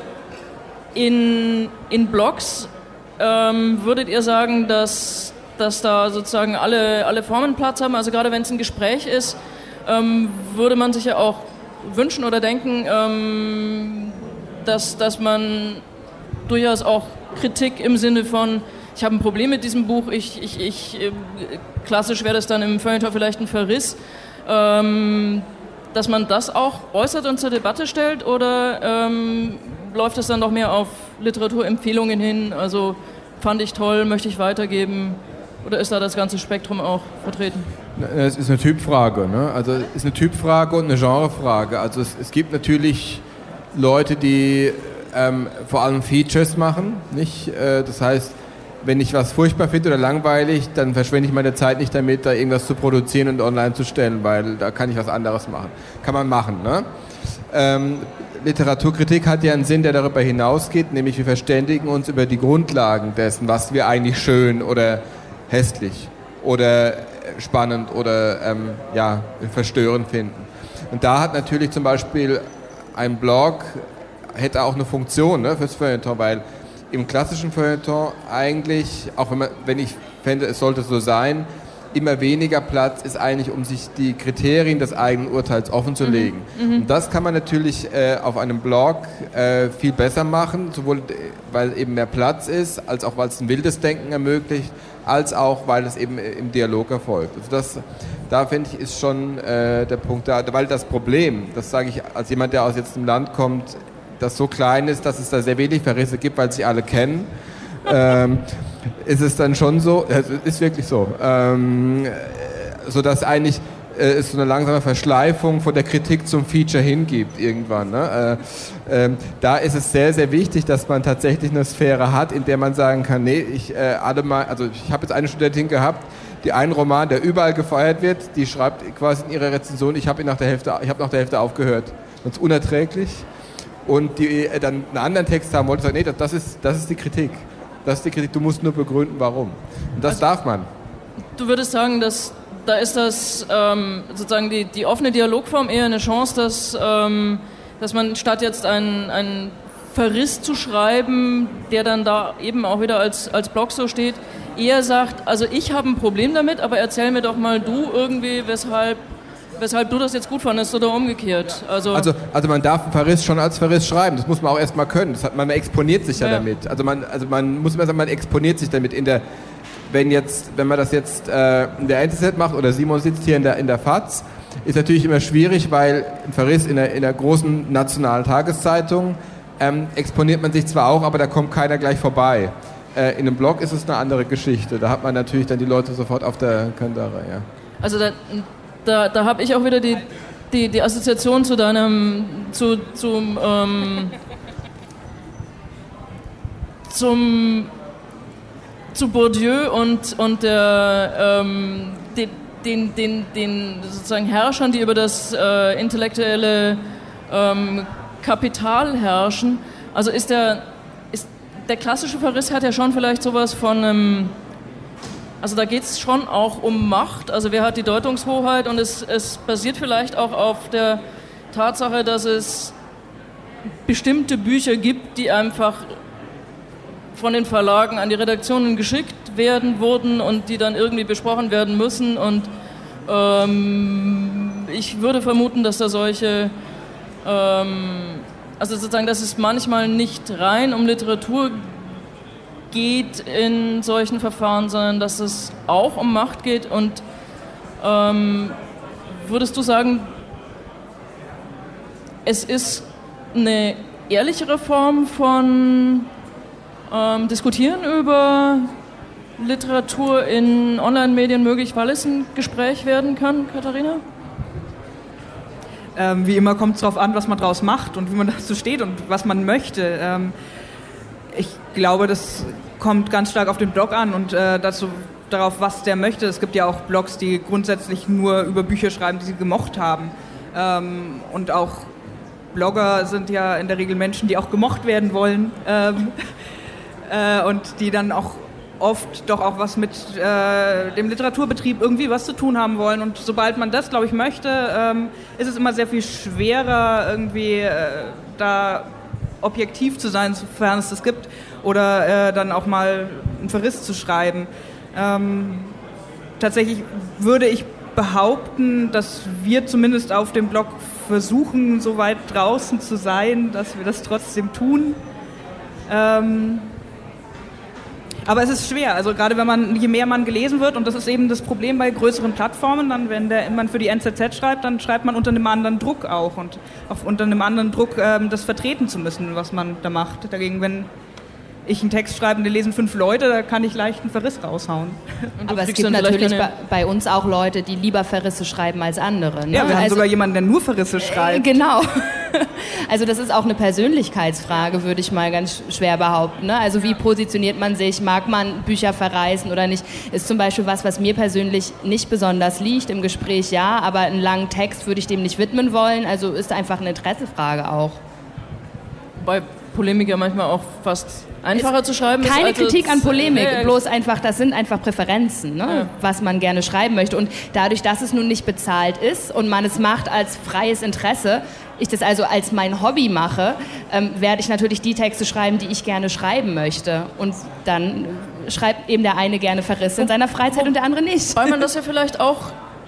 in, in Blogs ähm, würdet ihr sagen, dass, dass da sozusagen alle, alle Formen Platz haben? Also gerade wenn es ein Gespräch ist, ähm, würde man sich ja auch wünschen oder denken, ähm, dass, dass man durchaus auch Kritik im Sinne von, ich habe ein Problem mit diesem Buch, ich, ich, ich, äh, klassisch wäre das dann im Feuilleton vielleicht ein Verriss, ähm, dass man das auch äußert und zur Debatte stellt, oder ähm, läuft es dann doch mehr auf Literaturempfehlungen hin, also fand ich toll, möchte ich weitergeben, oder ist da das ganze Spektrum auch vertreten? Es ist eine Typfrage, ne? Also es ist eine Typfrage und eine Genrefrage. Also es, es gibt natürlich Leute, die ähm, vor allem Features machen, nicht? Äh, das heißt, wenn ich was furchtbar finde oder langweilig, dann verschwende ich meine Zeit nicht damit, da irgendwas zu produzieren und online zu stellen, weil da kann ich was anderes machen. Kann man machen, ne? Ähm, Literaturkritik hat ja einen Sinn, der darüber hinausgeht, nämlich wir verständigen uns über die Grundlagen dessen, was wir eigentlich schön oder hässlich oder spannend oder ähm, ja, verstörend finden. Und da hat natürlich zum Beispiel ein Blog, hätte auch eine Funktion, ne, fürs Feuilleton, weil im klassischen Feuilleton eigentlich, auch wenn, man, wenn ich fände, es sollte so sein, immer weniger Platz ist eigentlich, um sich die Kriterien des eigenen Urteils offen zu legen. Mhm. Und das kann man natürlich äh, auf einem Blog äh, viel besser machen, sowohl weil eben mehr Platz ist, als auch weil es ein wildes Denken ermöglicht, als auch weil es eben im Dialog erfolgt. Also das, da finde ich, ist schon äh, der Punkt da, weil das Problem, das sage ich als jemand, der aus jetzt einem Land kommt, das so klein ist, dass es da sehr wenig Verrisse gibt, weil sie alle kennen. ähm, ist es dann schon so, es ist wirklich so, ähm, so dass eigentlich äh, es so eine langsame Verschleifung von der Kritik zum Feature hingibt irgendwann. Ne? Äh, äh, da ist es sehr, sehr wichtig, dass man tatsächlich eine Sphäre hat, in der man sagen kann, nee, ich äh, alle mal, also ich habe jetzt eine Studentin gehabt, die einen Roman, der überall gefeiert wird, die schreibt quasi in ihrer Rezension, ich habe nach der Hälfte, ich habe nach der Hälfte aufgehört. Das ist unerträglich. Und die äh, dann einen anderen Text haben wollte, sagt, nee, das ist, das ist die Kritik. Das ist die Kritik, du musst nur begründen, warum. Und das also, darf man. Du würdest sagen, dass da ist das ähm, sozusagen die, die offene Dialogform eher eine Chance, dass, ähm, dass man statt jetzt einen, einen Verriss zu schreiben, der dann da eben auch wieder als, als Blog so steht, eher sagt, also ich habe ein Problem damit, aber erzähl mir doch mal du irgendwie, weshalb weshalb du das jetzt gut fandest oder umgekehrt. Also, also, also man darf einen Verriss schon als Verriss schreiben, das muss man auch erstmal können. Das hat, man exponiert sich ja, ja damit. Also man, also man muss immer sagen, man exponiert sich damit. In der, wenn, jetzt, wenn man das jetzt äh, in der N Z Z macht oder Simon sitzt hier in der, in der F A Z, ist natürlich immer schwierig, weil ein Verriss in der, in der großen nationalen Tageszeitung ähm, exponiert man sich zwar auch, aber da kommt keiner gleich vorbei. Äh, in einem Blog ist es eine andere Geschichte. Da hat man natürlich dann die Leute sofort auf der Kandare. Ja. Also da, Da, da habe ich auch wieder die, die, die Assoziation zu deinem, zu, zum, ähm, zum, zu Bourdieu und, und der, ähm, den, den, den, den sozusagen Herrschern, die über das äh, intellektuelle ähm, Kapital herrschen. Also ist der, ist der klassische Verriss hat ja schon vielleicht sowas von einem, also da geht es schon auch um Macht, also wer hat die Deutungshoheit und es, es basiert vielleicht auch auf der Tatsache, dass es bestimmte Bücher gibt, die einfach von den Verlagen an die Redaktionen geschickt werden wurden und die dann irgendwie besprochen werden müssen und ähm, ich würde vermuten, dass da solche, ähm, also sozusagen, dass es manchmal nicht rein um Literatur geht in solchen Verfahren, sondern dass es auch um Macht geht. Und ähm, würdest du sagen, es ist eine ehrlichere Form von ähm, Diskutieren über Literatur in Online-Medien möglich, weil es ein Gespräch werden kann, Katharina? Ähm, wie immer kommt es darauf an, was man draus macht und wie man dazu steht und was man möchte. Ähm, Ich glaube, das kommt ganz stark auf den Blog an und äh, dazu, darauf, was der möchte. Es gibt ja auch Blogs, die grundsätzlich nur über Bücher schreiben, die sie gemocht haben. Ähm, und auch Blogger sind ja in der Regel Menschen, die auch gemocht werden wollen ähm, äh, und die dann auch oft doch auch was mit äh, dem Literaturbetrieb irgendwie was zu tun haben wollen. Und sobald man das, glaube ich, möchte, ähm, ist es immer sehr viel schwerer, irgendwie äh, da objektiv zu sein, sofern es das gibt, oder äh, dann auch mal einen Verriss zu schreiben. Ähm, tatsächlich würde ich behaupten, dass wir zumindest auf dem Blog versuchen, so weit draußen zu sein, dass wir das trotzdem tun. Ähm, aber es ist schwer, also gerade wenn man, je mehr man gelesen wird, und das ist eben das Problem bei größeren Plattformen, dann wenn der, man für die N Z Z schreibt, dann schreibt man unter einem anderen Druck auch und auch unter einem anderen Druck, ähm, das vertreten zu müssen, was man da macht. Dagegen, wenn ich einen Text schreibe und den lesen fünf Leute, da kann ich leicht einen Verriss raushauen. Aber es gibt natürlich bei, bei uns auch Leute, die lieber Verrisse schreiben als andere. Ne? Ja, wir haben also, sogar jemanden, der nur Verrisse schreibt. Äh, genau. Also das ist auch eine Persönlichkeitsfrage, würde ich mal ganz schwer behaupten. Ne? Also wie positioniert man sich? Mag man Bücher verreißen oder nicht? Ist zum Beispiel was, was mir persönlich nicht besonders liegt. Im Gespräch ja, aber einen langen Text würde ich dem nicht widmen wollen. Also ist einfach eine Interessefrage auch. Bei Polemik ja manchmal auch fast einfacher ist zu schreiben. Keine ist Kritik an Polemik, äh, bloß einfach, das sind einfach Präferenzen, ne? Ja. Was man gerne schreiben möchte. Und dadurch, dass es nun nicht bezahlt ist und man es macht als freies Interesse, ich das also als mein Hobby mache, ähm, werde ich natürlich die Texte schreiben, die ich gerne schreiben möchte. Und dann schreibt eben der eine gerne Verrisse in seiner Freizeit und der andere nicht. Weil man das ja vielleicht auch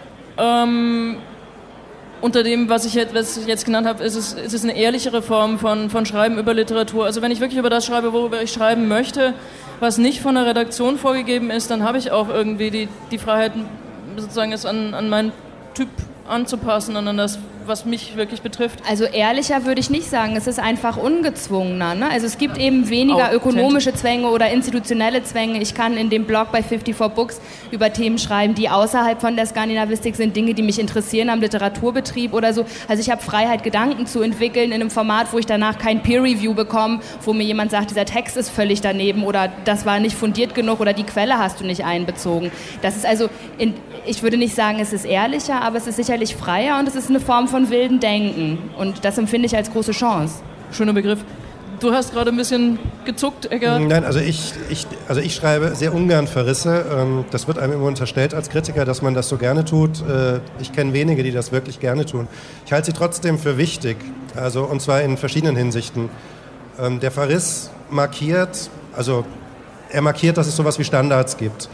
ähm, unter dem, was ich, jetzt, was ich jetzt genannt habe, ist es, ist es eine ehrlichere Form von, von Schreiben über Literatur. Also wenn ich wirklich über das schreibe, worüber ich schreiben möchte, was nicht von der Redaktion vorgegeben ist, dann habe ich auch irgendwie die, die Freiheit, sozusagen es an, an meinen Typ anzupassen und an das, was mich wirklich betrifft. Also ehrlicher würde ich nicht sagen, es ist einfach ungezwungener. Ne? Also es gibt eben weniger ökonomische Zwänge oder institutionelle Zwänge. Ich kann in dem Blog bei fifty-four Books über Themen schreiben, die außerhalb von der Skandinavistik sind, Dinge, die mich interessieren am Literaturbetrieb oder so. Also ich habe Freiheit, Gedanken zu entwickeln in einem Format, wo ich danach kein Peer-Review bekomme, wo mir jemand sagt, dieser Text ist völlig daneben oder das war nicht fundiert genug oder die Quelle hast du nicht einbezogen. Das ist also, in, ich würde nicht sagen, es ist ehrlicher, aber es ist sicherlich freier und es ist eine Form von wilden Denken. Und das empfinde ich als große Chance. Schöner Begriff. Du hast gerade ein bisschen gezuckt, Egger. Nein, also ich, ich, also ich schreibe sehr ungern Verrisse. Das wird einem immer unterstellt als Kritiker, dass man das so gerne tut. Ich kenne wenige, die das wirklich gerne tun. Ich halte sie trotzdem für wichtig, also, und zwar in verschiedenen Hinsichten. Der Verriss markiert, also er markiert, dass es sowas wie Standards gibt.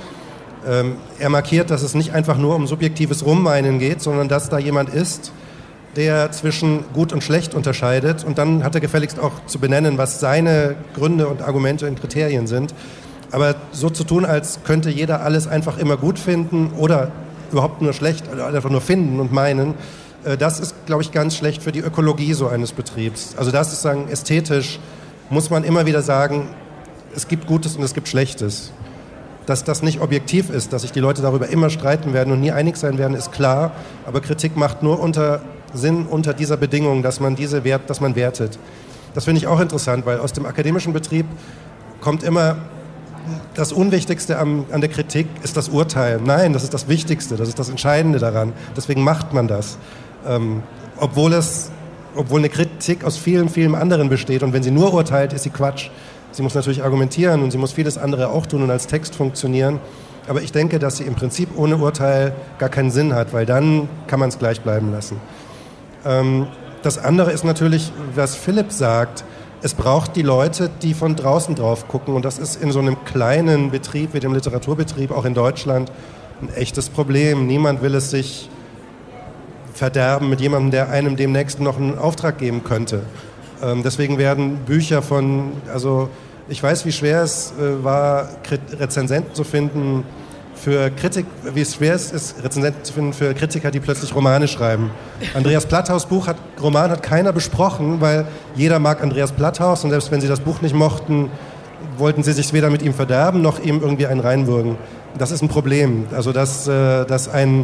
Er markiert, dass es nicht einfach nur um subjektives Rummeinen geht, sondern dass da jemand ist, der zwischen gut und schlecht unterscheidet und dann hat er gefälligst auch zu benennen, was seine Gründe und Argumente und Kriterien sind. Aber so zu tun, als könnte jeder alles einfach immer gut finden oder überhaupt nur schlecht, oder einfach nur finden und meinen, das ist, glaube ich, ganz schlecht für die Ökologie so eines Betriebs. Also das ist, sagen, ästhetisch muss man immer wieder sagen, es gibt Gutes und es gibt Schlechtes. Dass das nicht objektiv ist, dass sich die Leute darüber immer streiten werden und nie einig sein werden, ist klar. Aber Kritik macht nur unter Sinn unter dieser Bedingung, dass man diese Wert, dass man wertet. Das finde ich auch interessant, weil aus dem akademischen Betrieb kommt immer das Unwichtigste am, an der Kritik ist das Urteil. Nein, das ist das Wichtigste, das ist das Entscheidende daran. Deswegen macht man das. Ähm, obwohl es, obwohl eine Kritik aus vielen, vielen anderen besteht und wenn sie nur urteilt, ist sie Quatsch. Sie muss natürlich argumentieren und sie muss vieles andere auch tun und als Text funktionieren. Aber ich denke, dass sie im Prinzip ohne Urteil gar keinen Sinn hat, weil dann kann man es gleich bleiben lassen. Ähm, das andere ist natürlich, was Philipp sagt, es braucht die Leute, die von draußen drauf gucken und das ist in so einem kleinen Betrieb wie dem Literaturbetrieb, auch in Deutschland, ein echtes Problem. Niemand will es sich verderben mit jemandem, der einem demnächst noch einen Auftrag geben könnte. Ähm, deswegen werden Bücher von, also ich weiß, wie schwer es äh, war, Rezensenten zu finden für Kritik, wie es schwer es ist, Rezensenten zu finden für Kritiker, die plötzlich Romane schreiben. Andreas Platthaus' Buch hat, Roman hat keiner besprochen, weil jeder mag Andreas Platthaus und selbst wenn sie das Buch nicht mochten, wollten sie sich weder mit ihm verderben, noch ihm irgendwie einen reinwürgen. Das ist ein Problem. Also dass, äh, dass ein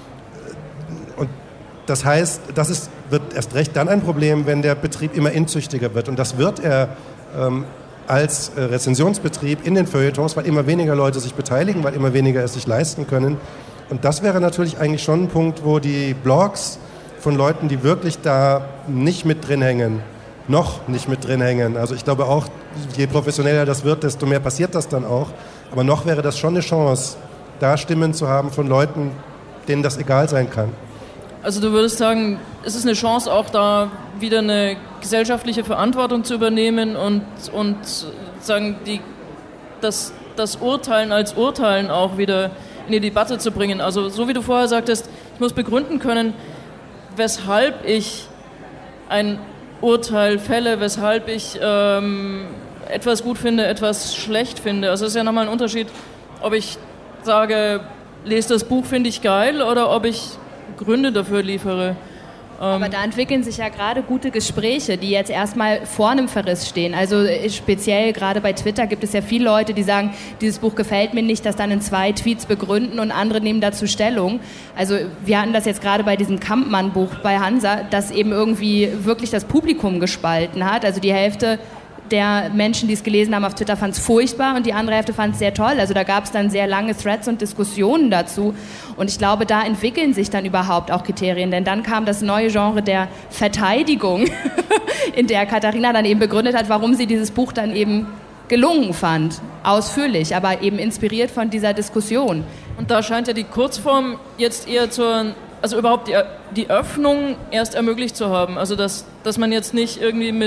und das heißt, das ist, wird erst recht dann ein Problem, wenn der Betrieb immer inzüchtiger wird. Und das wird er ähm, als äh, Rezensionsbetrieb in den Feuilletons, weil immer weniger Leute sich beteiligen, weil immer weniger es sich leisten können. Und das wäre natürlich eigentlich schon ein Punkt, wo die Blogs von Leuten, die wirklich da nicht mit drin hängen, noch nicht mit drin hängen. Also ich glaube auch, je professioneller das wird, desto mehr passiert das dann auch. Aber noch wäre das schon eine Chance, da Stimmen zu haben von Leuten, denen das egal sein kann. Also du würdest sagen, es ist eine Chance, auch da wieder eine gesellschaftliche Verantwortung zu übernehmen und, und sagen, die, das, das Urteilen als Urteilen auch wieder in die Debatte zu bringen. Also so wie du vorher sagtest, ich muss begründen können, weshalb ich ein Urteil fälle, weshalb ich ähm, etwas gut finde, etwas schlecht finde. Also es ist ja nochmal ein Unterschied, ob ich sage, lese das Buch, finde ich geil, oder ob ich Gründe dafür liefere. Aber da entwickeln sich ja gerade gute Gespräche, die jetzt erstmal vor einem Verriss stehen. Also speziell gerade bei Twitter gibt es ja viele Leute, die sagen, dieses Buch gefällt mir nicht, das dann in zwei Tweets begründen und andere nehmen dazu Stellung. Also wir hatten das jetzt gerade bei diesem Kampmann-Buch bei Hansa, das eben irgendwie wirklich das Publikum gespalten hat. Also die Hälfte der Menschen, die es gelesen haben auf Twitter, fand es furchtbar und die andere Hälfte fand es sehr toll. Also da gab es dann sehr lange Threads und Diskussionen dazu. Und ich glaube, da entwickeln sich dann überhaupt auch Kriterien. Denn dann kam das neue Genre der Verteidigung, in der Katharina dann eben begründet hat, warum sie dieses Buch dann eben gelungen fand. Ausführlich, aber eben inspiriert von dieser Diskussion. Und da scheint ja die Kurzform jetzt eher zur, also überhaupt die, die Öffnung erst ermöglicht zu haben. Also dass, dass man jetzt nicht irgendwie mit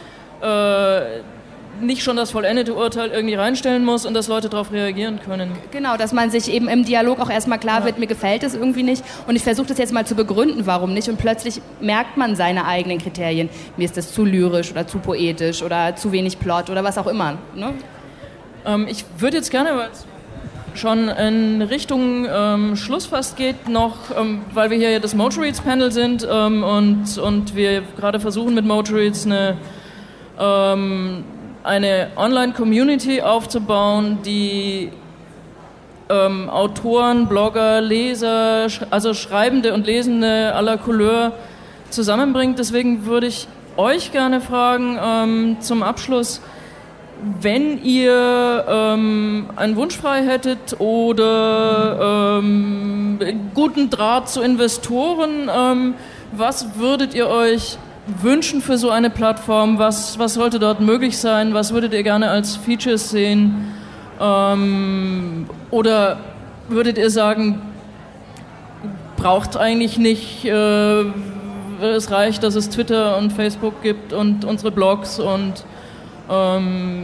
Äh, nicht schon das vollendete Urteil irgendwie reinstellen muss und dass Leute darauf reagieren können. Genau, dass man sich eben im Dialog auch erstmal klar ja. wird, mir gefällt es irgendwie nicht und ich versuche das jetzt mal zu begründen, warum nicht, und plötzlich merkt man seine eigenen Kriterien. Mir ist das zu lyrisch oder zu poetisch oder zu wenig Plot oder was auch immer. Ne? Ähm, ich würde jetzt gerne, weil schon in Richtung ähm, Schluss fast geht, noch, ähm, weil wir hier ja das Motoreads-Panel sind ähm, und, und wir gerade versuchen mit Motoreads eine, ähm, eine Online-Community aufzubauen, die ähm, Autoren, Blogger, Leser, sch- also Schreibende und Lesende aller Couleur zusammenbringt. Deswegen würde ich euch gerne fragen ähm, zum Abschluss, wenn ihr ähm, einen Wunsch frei hättet oder ähm, guten Draht zu Investoren, ähm, was würdet ihr euch wünschen für so eine Plattform? Was, was sollte dort möglich sein? Was würdet ihr gerne als Features sehen? Ähm, oder würdet ihr sagen, braucht eigentlich nicht, äh, es reicht, dass es Twitter und Facebook gibt und unsere Blogs und Ähm,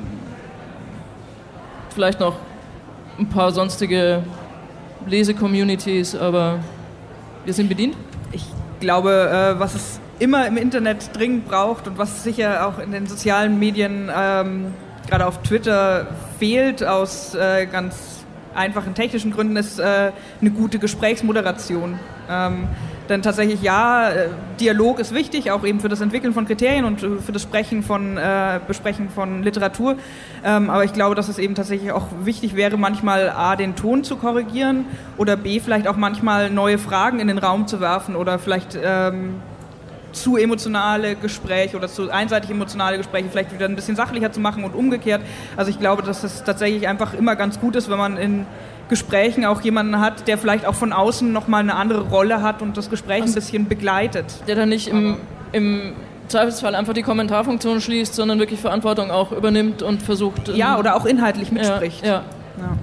vielleicht noch ein paar sonstige Lese-Communities, aber wir sind bedient. Ich glaube, äh, was es immer im Internet dringend braucht und was sicher auch in den sozialen Medien, ähm, gerade auf Twitter, fehlt aus äh, ganz einfachen technischen Gründen, ist äh, eine gute Gesprächsmoderation. Ähm, Denn tatsächlich, ja, Dialog ist wichtig, auch eben für das Entwickeln von Kriterien und für das Sprechen von, äh, Besprechen von Literatur. Ähm, aber ich glaube, dass es eben tatsächlich auch wichtig wäre, manchmal A, den Ton zu korrigieren oder B, vielleicht auch manchmal neue Fragen in den Raum zu werfen oder vielleicht ähm, zu emotionale Gespräche oder zu einseitig emotionale Gespräche vielleicht wieder ein bisschen sachlicher zu machen und umgekehrt. Also ich glaube, dass es tatsächlich einfach immer ganz gut ist, wenn man in Gesprächen auch jemanden hat, der vielleicht auch von außen nochmal eine andere Rolle hat und das Gespräch ein bisschen begleitet. Der dann nicht im, im Zweifelsfall einfach die Kommentarfunktion schließt, sondern wirklich Verantwortung auch übernimmt und versucht... Ja, oder auch inhaltlich mitspricht. Ja, ja. Ja.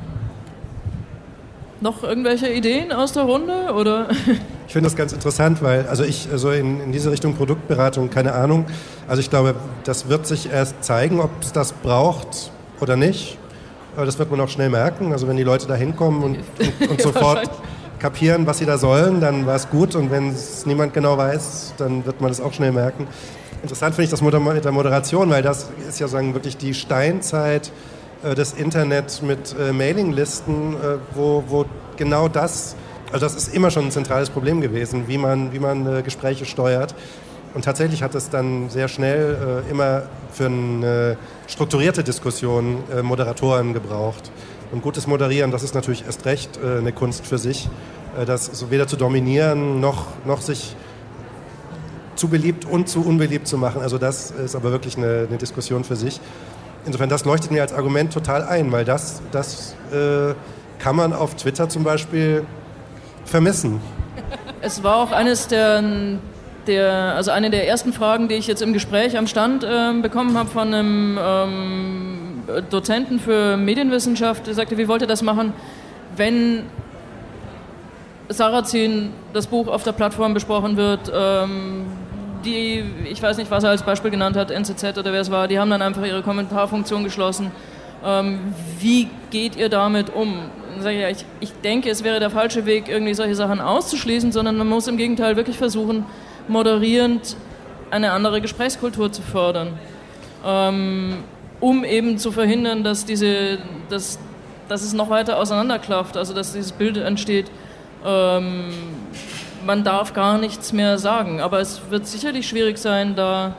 Noch irgendwelche Ideen aus der Runde? Oder? Ich finde das ganz interessant, weil also ich also in, in diese Richtung Produktberatung, keine Ahnung. Also ich glaube, das wird sich erst zeigen, ob es das braucht oder nicht. Aber das wird man auch schnell merken. Also wenn die Leute da hinkommen und, und, und sofort kapieren, was sie da sollen, dann war es gut. Und wenn es niemand genau weiß, dann wird man das auch schnell merken. Interessant finde ich das mit der Moderation, weil das ist ja sagen wirklich die Steinzeit äh, des Internet mit äh, Mailinglisten, äh, wo, wo genau das, also das ist immer schon ein zentrales Problem gewesen, wie man, wie man äh, Gespräche steuert. Und tatsächlich hat es dann sehr schnell äh, immer für eine strukturierte Diskussion äh, Moderatoren gebraucht. Und gutes Moderieren, das ist natürlich erst recht äh, eine Kunst für sich, äh, das so weder zu dominieren, noch, noch sich zu beliebt und zu unbeliebt zu machen. Also das ist aber wirklich eine, eine Diskussion für sich. Insofern, das leuchtet mir als Argument total ein, weil das, das äh, kann man auf Twitter zum Beispiel vermissen. Es war auch eines der... Der, also eine der ersten Fragen, die ich jetzt im Gespräch am Stand äh, bekommen habe von einem ähm, Dozenten für Medienwissenschaft, der sagte, wie wollt ihr das machen, wenn Sarrazin, das Buch auf der Plattform besprochen wird, ähm, die, ich weiß nicht, was er als Beispiel genannt hat, N Z Z oder wer es war, die haben dann einfach ihre Kommentarfunktion geschlossen. Ähm, wie geht ihr damit um? Dann sage ich, ja, ich, ich denke, es wäre der falsche Weg, irgendwie solche Sachen auszuschließen, sondern man muss im Gegenteil wirklich versuchen, moderierend eine andere Gesprächskultur zu fördern, ähm, um eben zu verhindern, dass, diese, dass, dass es noch weiter auseinanderklafft, also dass dieses Bild entsteht, ähm, man darf gar nichts mehr sagen, aber es wird sicherlich schwierig sein, da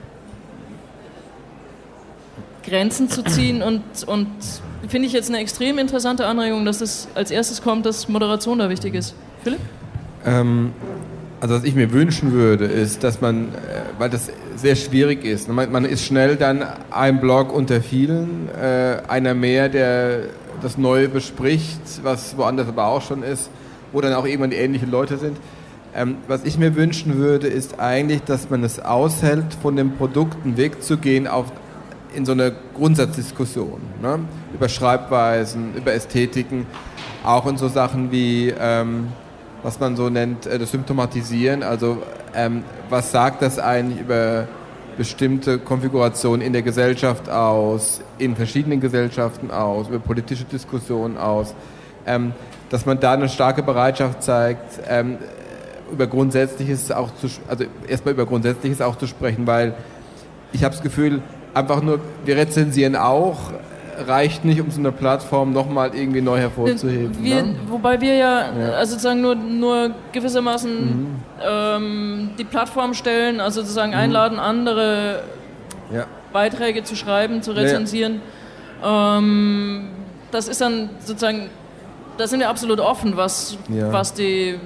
Grenzen zu ziehen und, und finde ich jetzt eine extrem interessante Anregung, dass es als erstes kommt, dass Moderation da wichtig ist. Philipp? Ähm Also was ich mir wünschen würde, ist, dass man, weil das sehr schwierig ist, man, man ist schnell dann ein Blog unter vielen, äh, einer mehr, der das Neue bespricht, was woanders aber auch schon ist, wo dann auch irgendwann die ähnlichen Leute sind. Ähm, was ich mir wünschen würde, ist eigentlich, dass man es aushält, von den Produkten wegzugehen auf, in so eine Grundsatzdiskussion, ne? Über Schreibweisen, über Ästhetiken, auch in so Sachen wie... Ähm, was man so nennt, das Symptomatisieren, also ähm, was sagt das eigentlich über bestimmte Konfigurationen in der Gesellschaft aus, in verschiedenen Gesellschaften aus, über politische Diskussionen aus, ähm, dass man da eine starke Bereitschaft zeigt, ähm, über Grundsätzliches auch zu, also erstmal über Grundsätzliches auch zu sprechen, weil ich habe das Gefühl, einfach nur, wir rezensieren auch, reicht nicht, um so eine Plattform nochmal irgendwie neu hervorzuheben. Wir, ne? Wobei wir ja, Ja. also sozusagen nur, nur gewissermaßen Mhm. ähm, die Plattform stellen, also sozusagen Mhm. einladen, andere Ja. Beiträge zu schreiben, zu Ja, ja. rezensieren. Ähm, das ist dann sozusagen, da sind wir absolut offen, was, Ja. was die,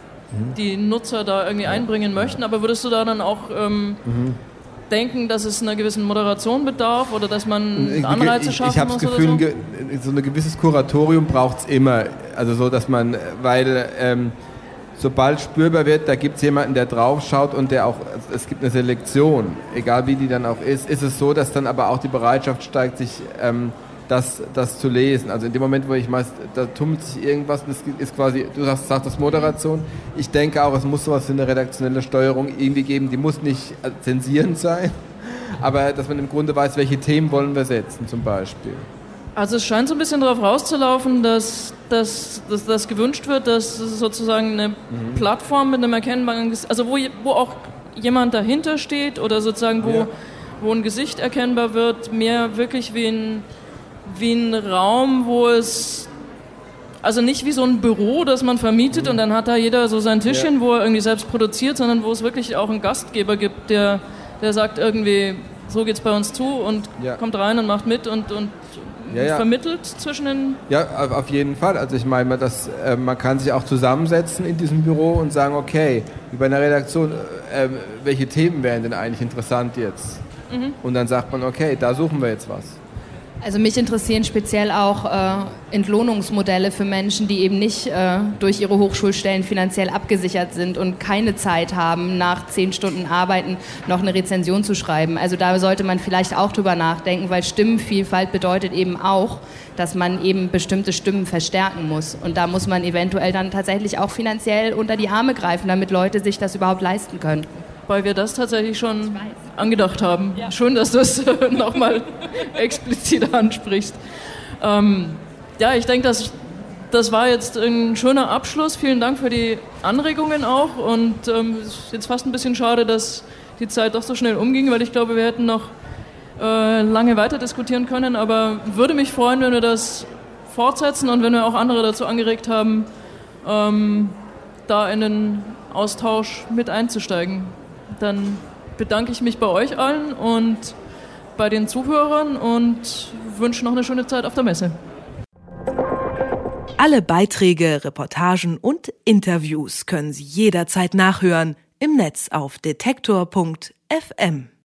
die Nutzer da irgendwie einbringen möchten. Aber würdest du da dann auch ähm, Mhm. denken, dass es einer gewissen Moderation bedarf oder dass man Anreize ich schaffen ich habe das muss Gefühl, oder so? ge- so ein gewisses Kuratorium braucht es immer. Also so, dass man, weil ähm, sobald spürbar wird, da gibt es jemanden, der drauf schaut und der auch, es gibt eine Selektion, egal wie die dann auch ist, ist es so, dass dann aber auch die Bereitschaft steigt, sich ähm, das, das zu lesen. Also in dem Moment, wo ich meist, da tummelt sich irgendwas, und das ist quasi, du sagst, sagst das Moderation. Ich denke auch, es muss sowas wie eine redaktionelle Steuerung irgendwie geben, die muss nicht zensierend sein, aber dass man im Grunde weiß, welche Themen wollen wir setzen zum Beispiel. Also es scheint so ein bisschen darauf rauszulaufen, dass, dass, dass, dass gewünscht wird, dass es sozusagen eine Mhm. Plattform mit einem erkennbaren Gesicht, also wo, je- wo auch jemand dahinter steht oder sozusagen wo, Ja. wo ein Gesicht erkennbar wird, mehr wirklich wie ein, wie ein Raum, wo es, also nicht wie so ein Büro, das man vermietet und dann hat da jeder so sein Tischchen, Ja. wo er irgendwie selbst produziert, sondern wo es wirklich auch einen Gastgeber gibt, der, der sagt irgendwie, so geht's bei uns zu und Ja. kommt rein und macht mit und, und Ja, ja. vermittelt zwischen den... Ja, auf auf jeden Fall. Also ich meine, das, äh, man kann sich auch zusammensetzen in diesem Büro und sagen, okay, wie bei einer Redaktion, äh, welche Themen wären denn eigentlich interessant jetzt? Mhm. Und dann sagt man, okay, da suchen wir jetzt was. Also mich interessieren speziell auch äh, Entlohnungsmodelle für Menschen, die eben nicht äh, durch ihre Hochschulstellen finanziell abgesichert sind und keine Zeit haben, nach zehn Stunden Arbeiten noch eine Rezension zu schreiben. Also da sollte man vielleicht auch drüber nachdenken, weil Stimmenvielfalt bedeutet eben auch, dass man eben bestimmte Stimmen verstärken muss. Und da muss man eventuell dann tatsächlich auch finanziell unter die Arme greifen, damit Leute sich das überhaupt leisten können. Weil wir das tatsächlich schon angedacht haben. Ja. Schön, dass du es nochmal explizit ansprichst. Ähm, ja, ich denke, das, das war jetzt ein schöner Abschluss. Vielen Dank für die Anregungen auch. Und ähm, es ist jetzt fast ein bisschen schade, dass die Zeit doch so schnell umging, weil ich glaube, wir hätten noch äh, lange weiter diskutieren können. Aber würde mich freuen, wenn wir das fortsetzen und wenn wir auch andere dazu angeregt haben, ähm, da in den Austausch mit einzusteigen. Dann bedanke ich mich bei euch allen und bei den Zuhörern und wünsche noch eine schöne Zeit auf der Messe. Alle Beiträge, Reportagen und Interviews können Sie jederzeit nachhören im Netz auf detektor punkt f m.